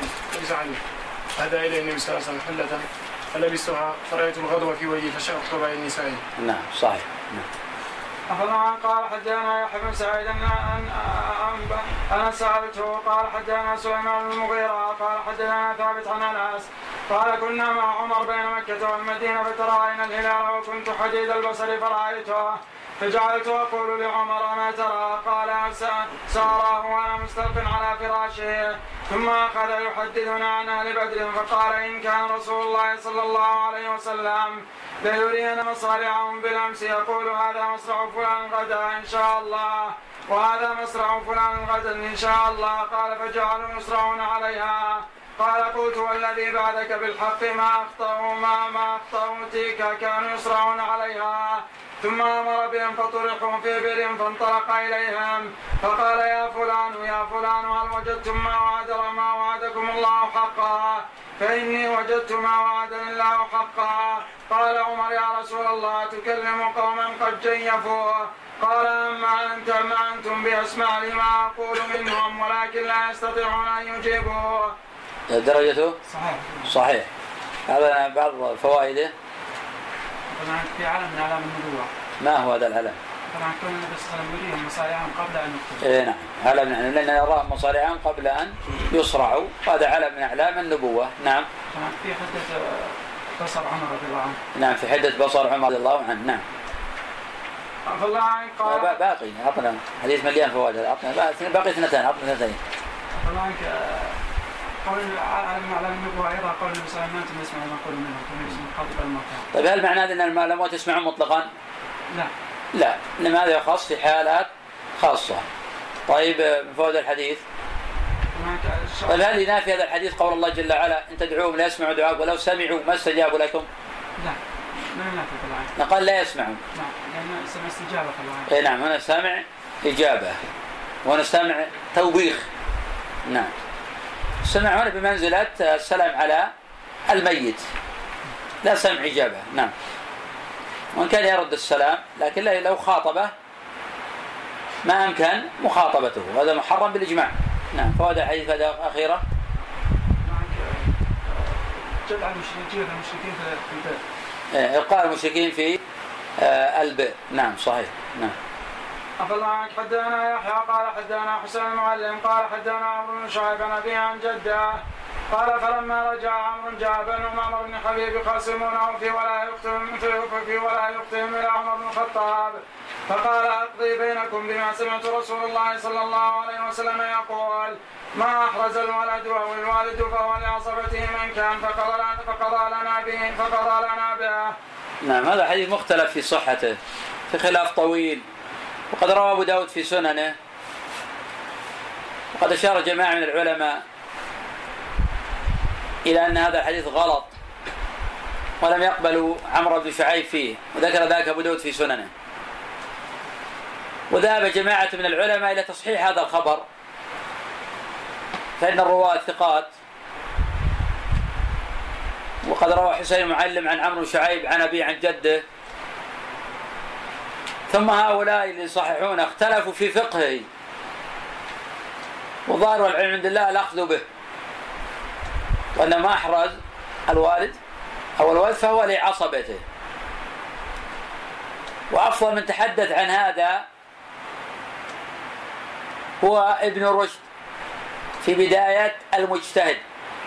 هذا إلى النبي صلى الله عليه وسلم حلة فلبستها فرأيت الغضب في وجهي فشققت بين النساء. نعم صحيح. أخذنا قال حدثنا يحيى بن سعيد أنا سألته قال حدثنا سليمان بن المغيرة قال حدثنا ثابت عن أنس قال كنا مع عمر بين مكة والمدينة فترأينا الهلال وكنت حديد البصر فرأيته فجعلت أقول لعمر ما ترى قال ساراه وأنا مستلق على فراشه ثم أخذ يحدثنا عن أهل بدر فقال إن كان رسول الله صلى الله عليه وسلم ليرين مصارعهم بالأمس يقول هذا مصرع فلان غدا إن شاء الله وهذا مصرع فلان غدا إن شاء الله قال فجعلوا يصرعون عليها قال قلت والذي بعدك بالحق ما أخطأوا تلك كانوا يصرعون عليها ثم أمر بهم فطرحوا في بئر فانطلق إليهم فقال يا فلان هل وجدتم ما وعدكم الله حقا فإني وجدت ما وعدني الله حقا. قال عمر يا رسول الله تكلم قوما قد جيفوا قال أما أنتم بأسماع لما أقول منهم ولكن لا يستطيعون أن يجيبوا. درجته صحيح. هذا بعض فوائده. طبعا في علم من أعلام النبوة. ما هو هذا العلم؟ طبعا كون النبي صلى الله عليه وسلم يريهم مصارعهم قبل أن يقتلوا. إيه نعم علم نحن لأن نراهم مصارعهم قبل أن يصرعوا وهذا علم من أعلام النبوة. نعم. طبعا في حدة بصر عمر رضي الله عنه. نعم في حدة بصر عمر رضي الله عنه. نعم. باقي عطنا حديث مليان فوائد. عطنا باقي اثنتين عطنا اثنتين. طبعا قول على النبوة أيضا قول النبي صلى الله عليه وسلم أنتم يسمعون ما يقولون منهم خاطب الموتى. طيب هل معناه أن الأموات يسمعون مطلقا؟ لا إنما هذا خاص في حالات خاصة. طيب من فوائد الحديث. طيب هل ينافي هذا الحديث قول الله جل وعلا إن تدعوهم لا يسمعوا دعاءكم ولو سمعوا ما استجابوا لكم؟ لا ما ينافي طبعا. قال لا يسمعون. نعم لأن سمع استجابة طبعا. نعم هنا سامع إجابة وهنا سامع توبيخ. نعم. السمع هنا بمنزلة السلام على الميت لا سمع إجابة. نعم. وإن كان يرد السلام لكن لو خاطبه ما أمكن مخاطبته، وهذا محرم بالإجماع. نعم. فهذا حديث أخيرة. جدع المشركين في البئر. إلقاء المشركين في البئر. نعم صحيح. نعم. أفضل عنك حدثنا يحيى قال حدثنا حسين المعلم قال حدثنا عمرو بن شعيب عن أبيه عن جده قال فلما رجع عمرو جاء بنو عمر بن حبيب يخاصمونه في ولايتهم إلى عمر بن الخطاب فقال أقضي بينكم بما سمعت رسول الله صلى الله عليه وسلم يقول ما أحرز الولد أو الوالد فهو لعصبته من كان فقضى لنا به. نعم. هذا حديث مختلف في صحته في خلاف طويل، وقد روى أبو داود في سننه، وقد أشار جماعة من العلماء إلى أن هذا الحديث غلط ولم يقبلوا عمرو بن شعيب فيه، وذكر ذلك أبو داود في سننه. وذهب جماعة من العلماء إلى تصحيح هذا الخبر، فإن الرواة ثقات، وقد روى حسين المعلم عن عمرو بن شعيب عن أبيه عن جده. ثم هؤلاء اللي يصححون اختلفوا في فقهه، وظاهر العلم عند الله الأخذ به، وأن ما أحرز الوالد أو الولد فهو لعصبته. وأفضل من تحدث عن هذا هو ابن رشد في بداية المجتهد،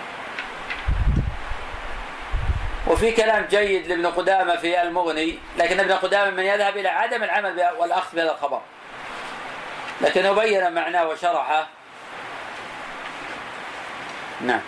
وفي كلام جيد لابن قدامة في المغني، لكن ابن قدامة من يذهب إلى عدم العمل والأخذ بهذا الخبر، لكنه بين معناه وشرحه. نعم.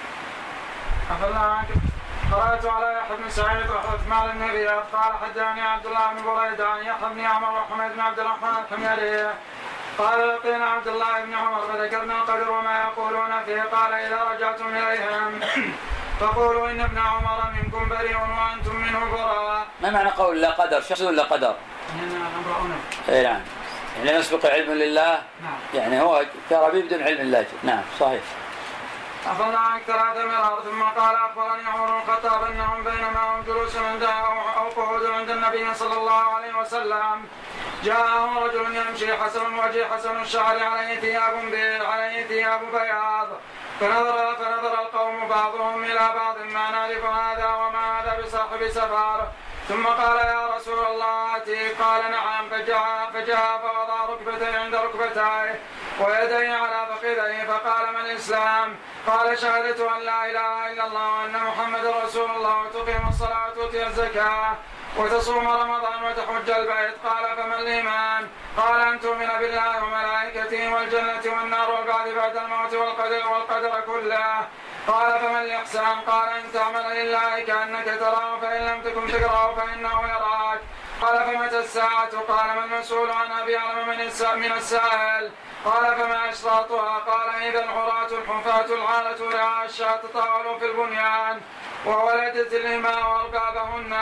قرأت على يحيى بن سعيد وعثمان بن رياض قال حدثني عبد الله بن بريدة عن يحيى بن عمر وحميد بن عبد الرحمن الحميري قال لقينا عبد الله بن عمر فذكرنا القدر وما يقولون فيه قال إذا رجعتم إليهم فقولوا إن ابن عمر منكم بريء وأنتم منه براء. ما معنى قول لا قدر؟ شخص لا قدر؟ إيه نعم. يعني يسبق علم لله. نعم. يعني هو كربي بدون علم الله. نعم صحيح. أخذنا عنك 3 مرار ثم قال أخبرني عمر بن الخطاب أنهم بينما هم جلوس أو قعود عند النبي صلى الله عليه وسلم جاءهم رجل يمشي حسن الوجه حسن الشعر عليه ثياب بياض فنظر القوم بعضهم إلى بعض ما نعرف هذا وما هذا بصاحب سفر ثم قال يا رسول الله آتي قال نعم فجاء فوضع ركبتيه عند ركبتيه ويديه على فخذيه فقال ما الإسلام؟ قال شهادة أن لا إله إلا الله وأن محمد رسول الله وتقيم الصلاة وتؤتي الزكاة وتصوم رمضان وتحج البيت. قال فما الإيمان؟ قال أن تؤمن بالله وملائكته والجنة والنار والبعث بعد الموت والقدر كله. قال فما الإحسان؟ قال أن تعمل لله كأنك تراه فإن لم تكن تكرهه فإنه يراك. قال فمتى الساعة؟ قال ما المسؤول عنها بأعلم من السائل. قال فما أشراطها؟ قال إذا العراة الحفاة العالة رعاء الشاة تطاولوا في البنيان وولدت الإماء وأربابهن.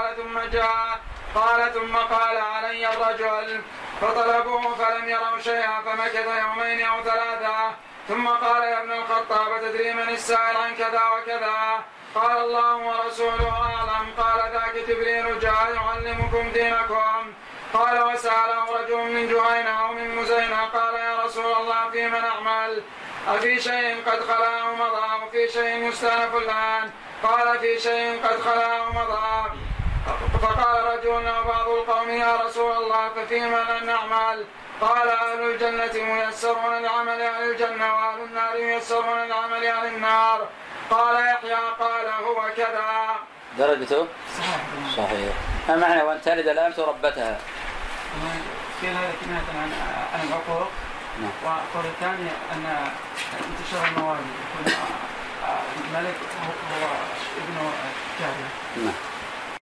قال ثم قال علي الرجل فطلبوه فلم يروا شيئا فمكث يومين أو 3 ثم قال يا ابن الخطاب تدري من السائل عن كذا وكذا؟ قال الله ورسوله أعلم. قال ذاك جبريل جاء يعلمكم دينكم. قال وسأله رجل من جهينة أو من مزينة قال يا رسول الله فيما نعمل؟ أفي شيء قد خلا أو مضى وفي شيء يستأنف الآن؟ قال في شيء قد خلا أو مضى. فقال رجل وبعض القوم يا رسول الله ففيما نعمل؟ قال أهل الجنة ميسرون لعمل أهل الجنة وأهل النار ميسرون لعمل أهل النار. قال يحيى قال هو كذا. درجته؟ صحيح. ما معنى وأن تلد الأمس ربتها؟ في هذا كناية عن العقوق. والقول الثاني أن انتشار الموالد يكون الملك هو ابن جارية.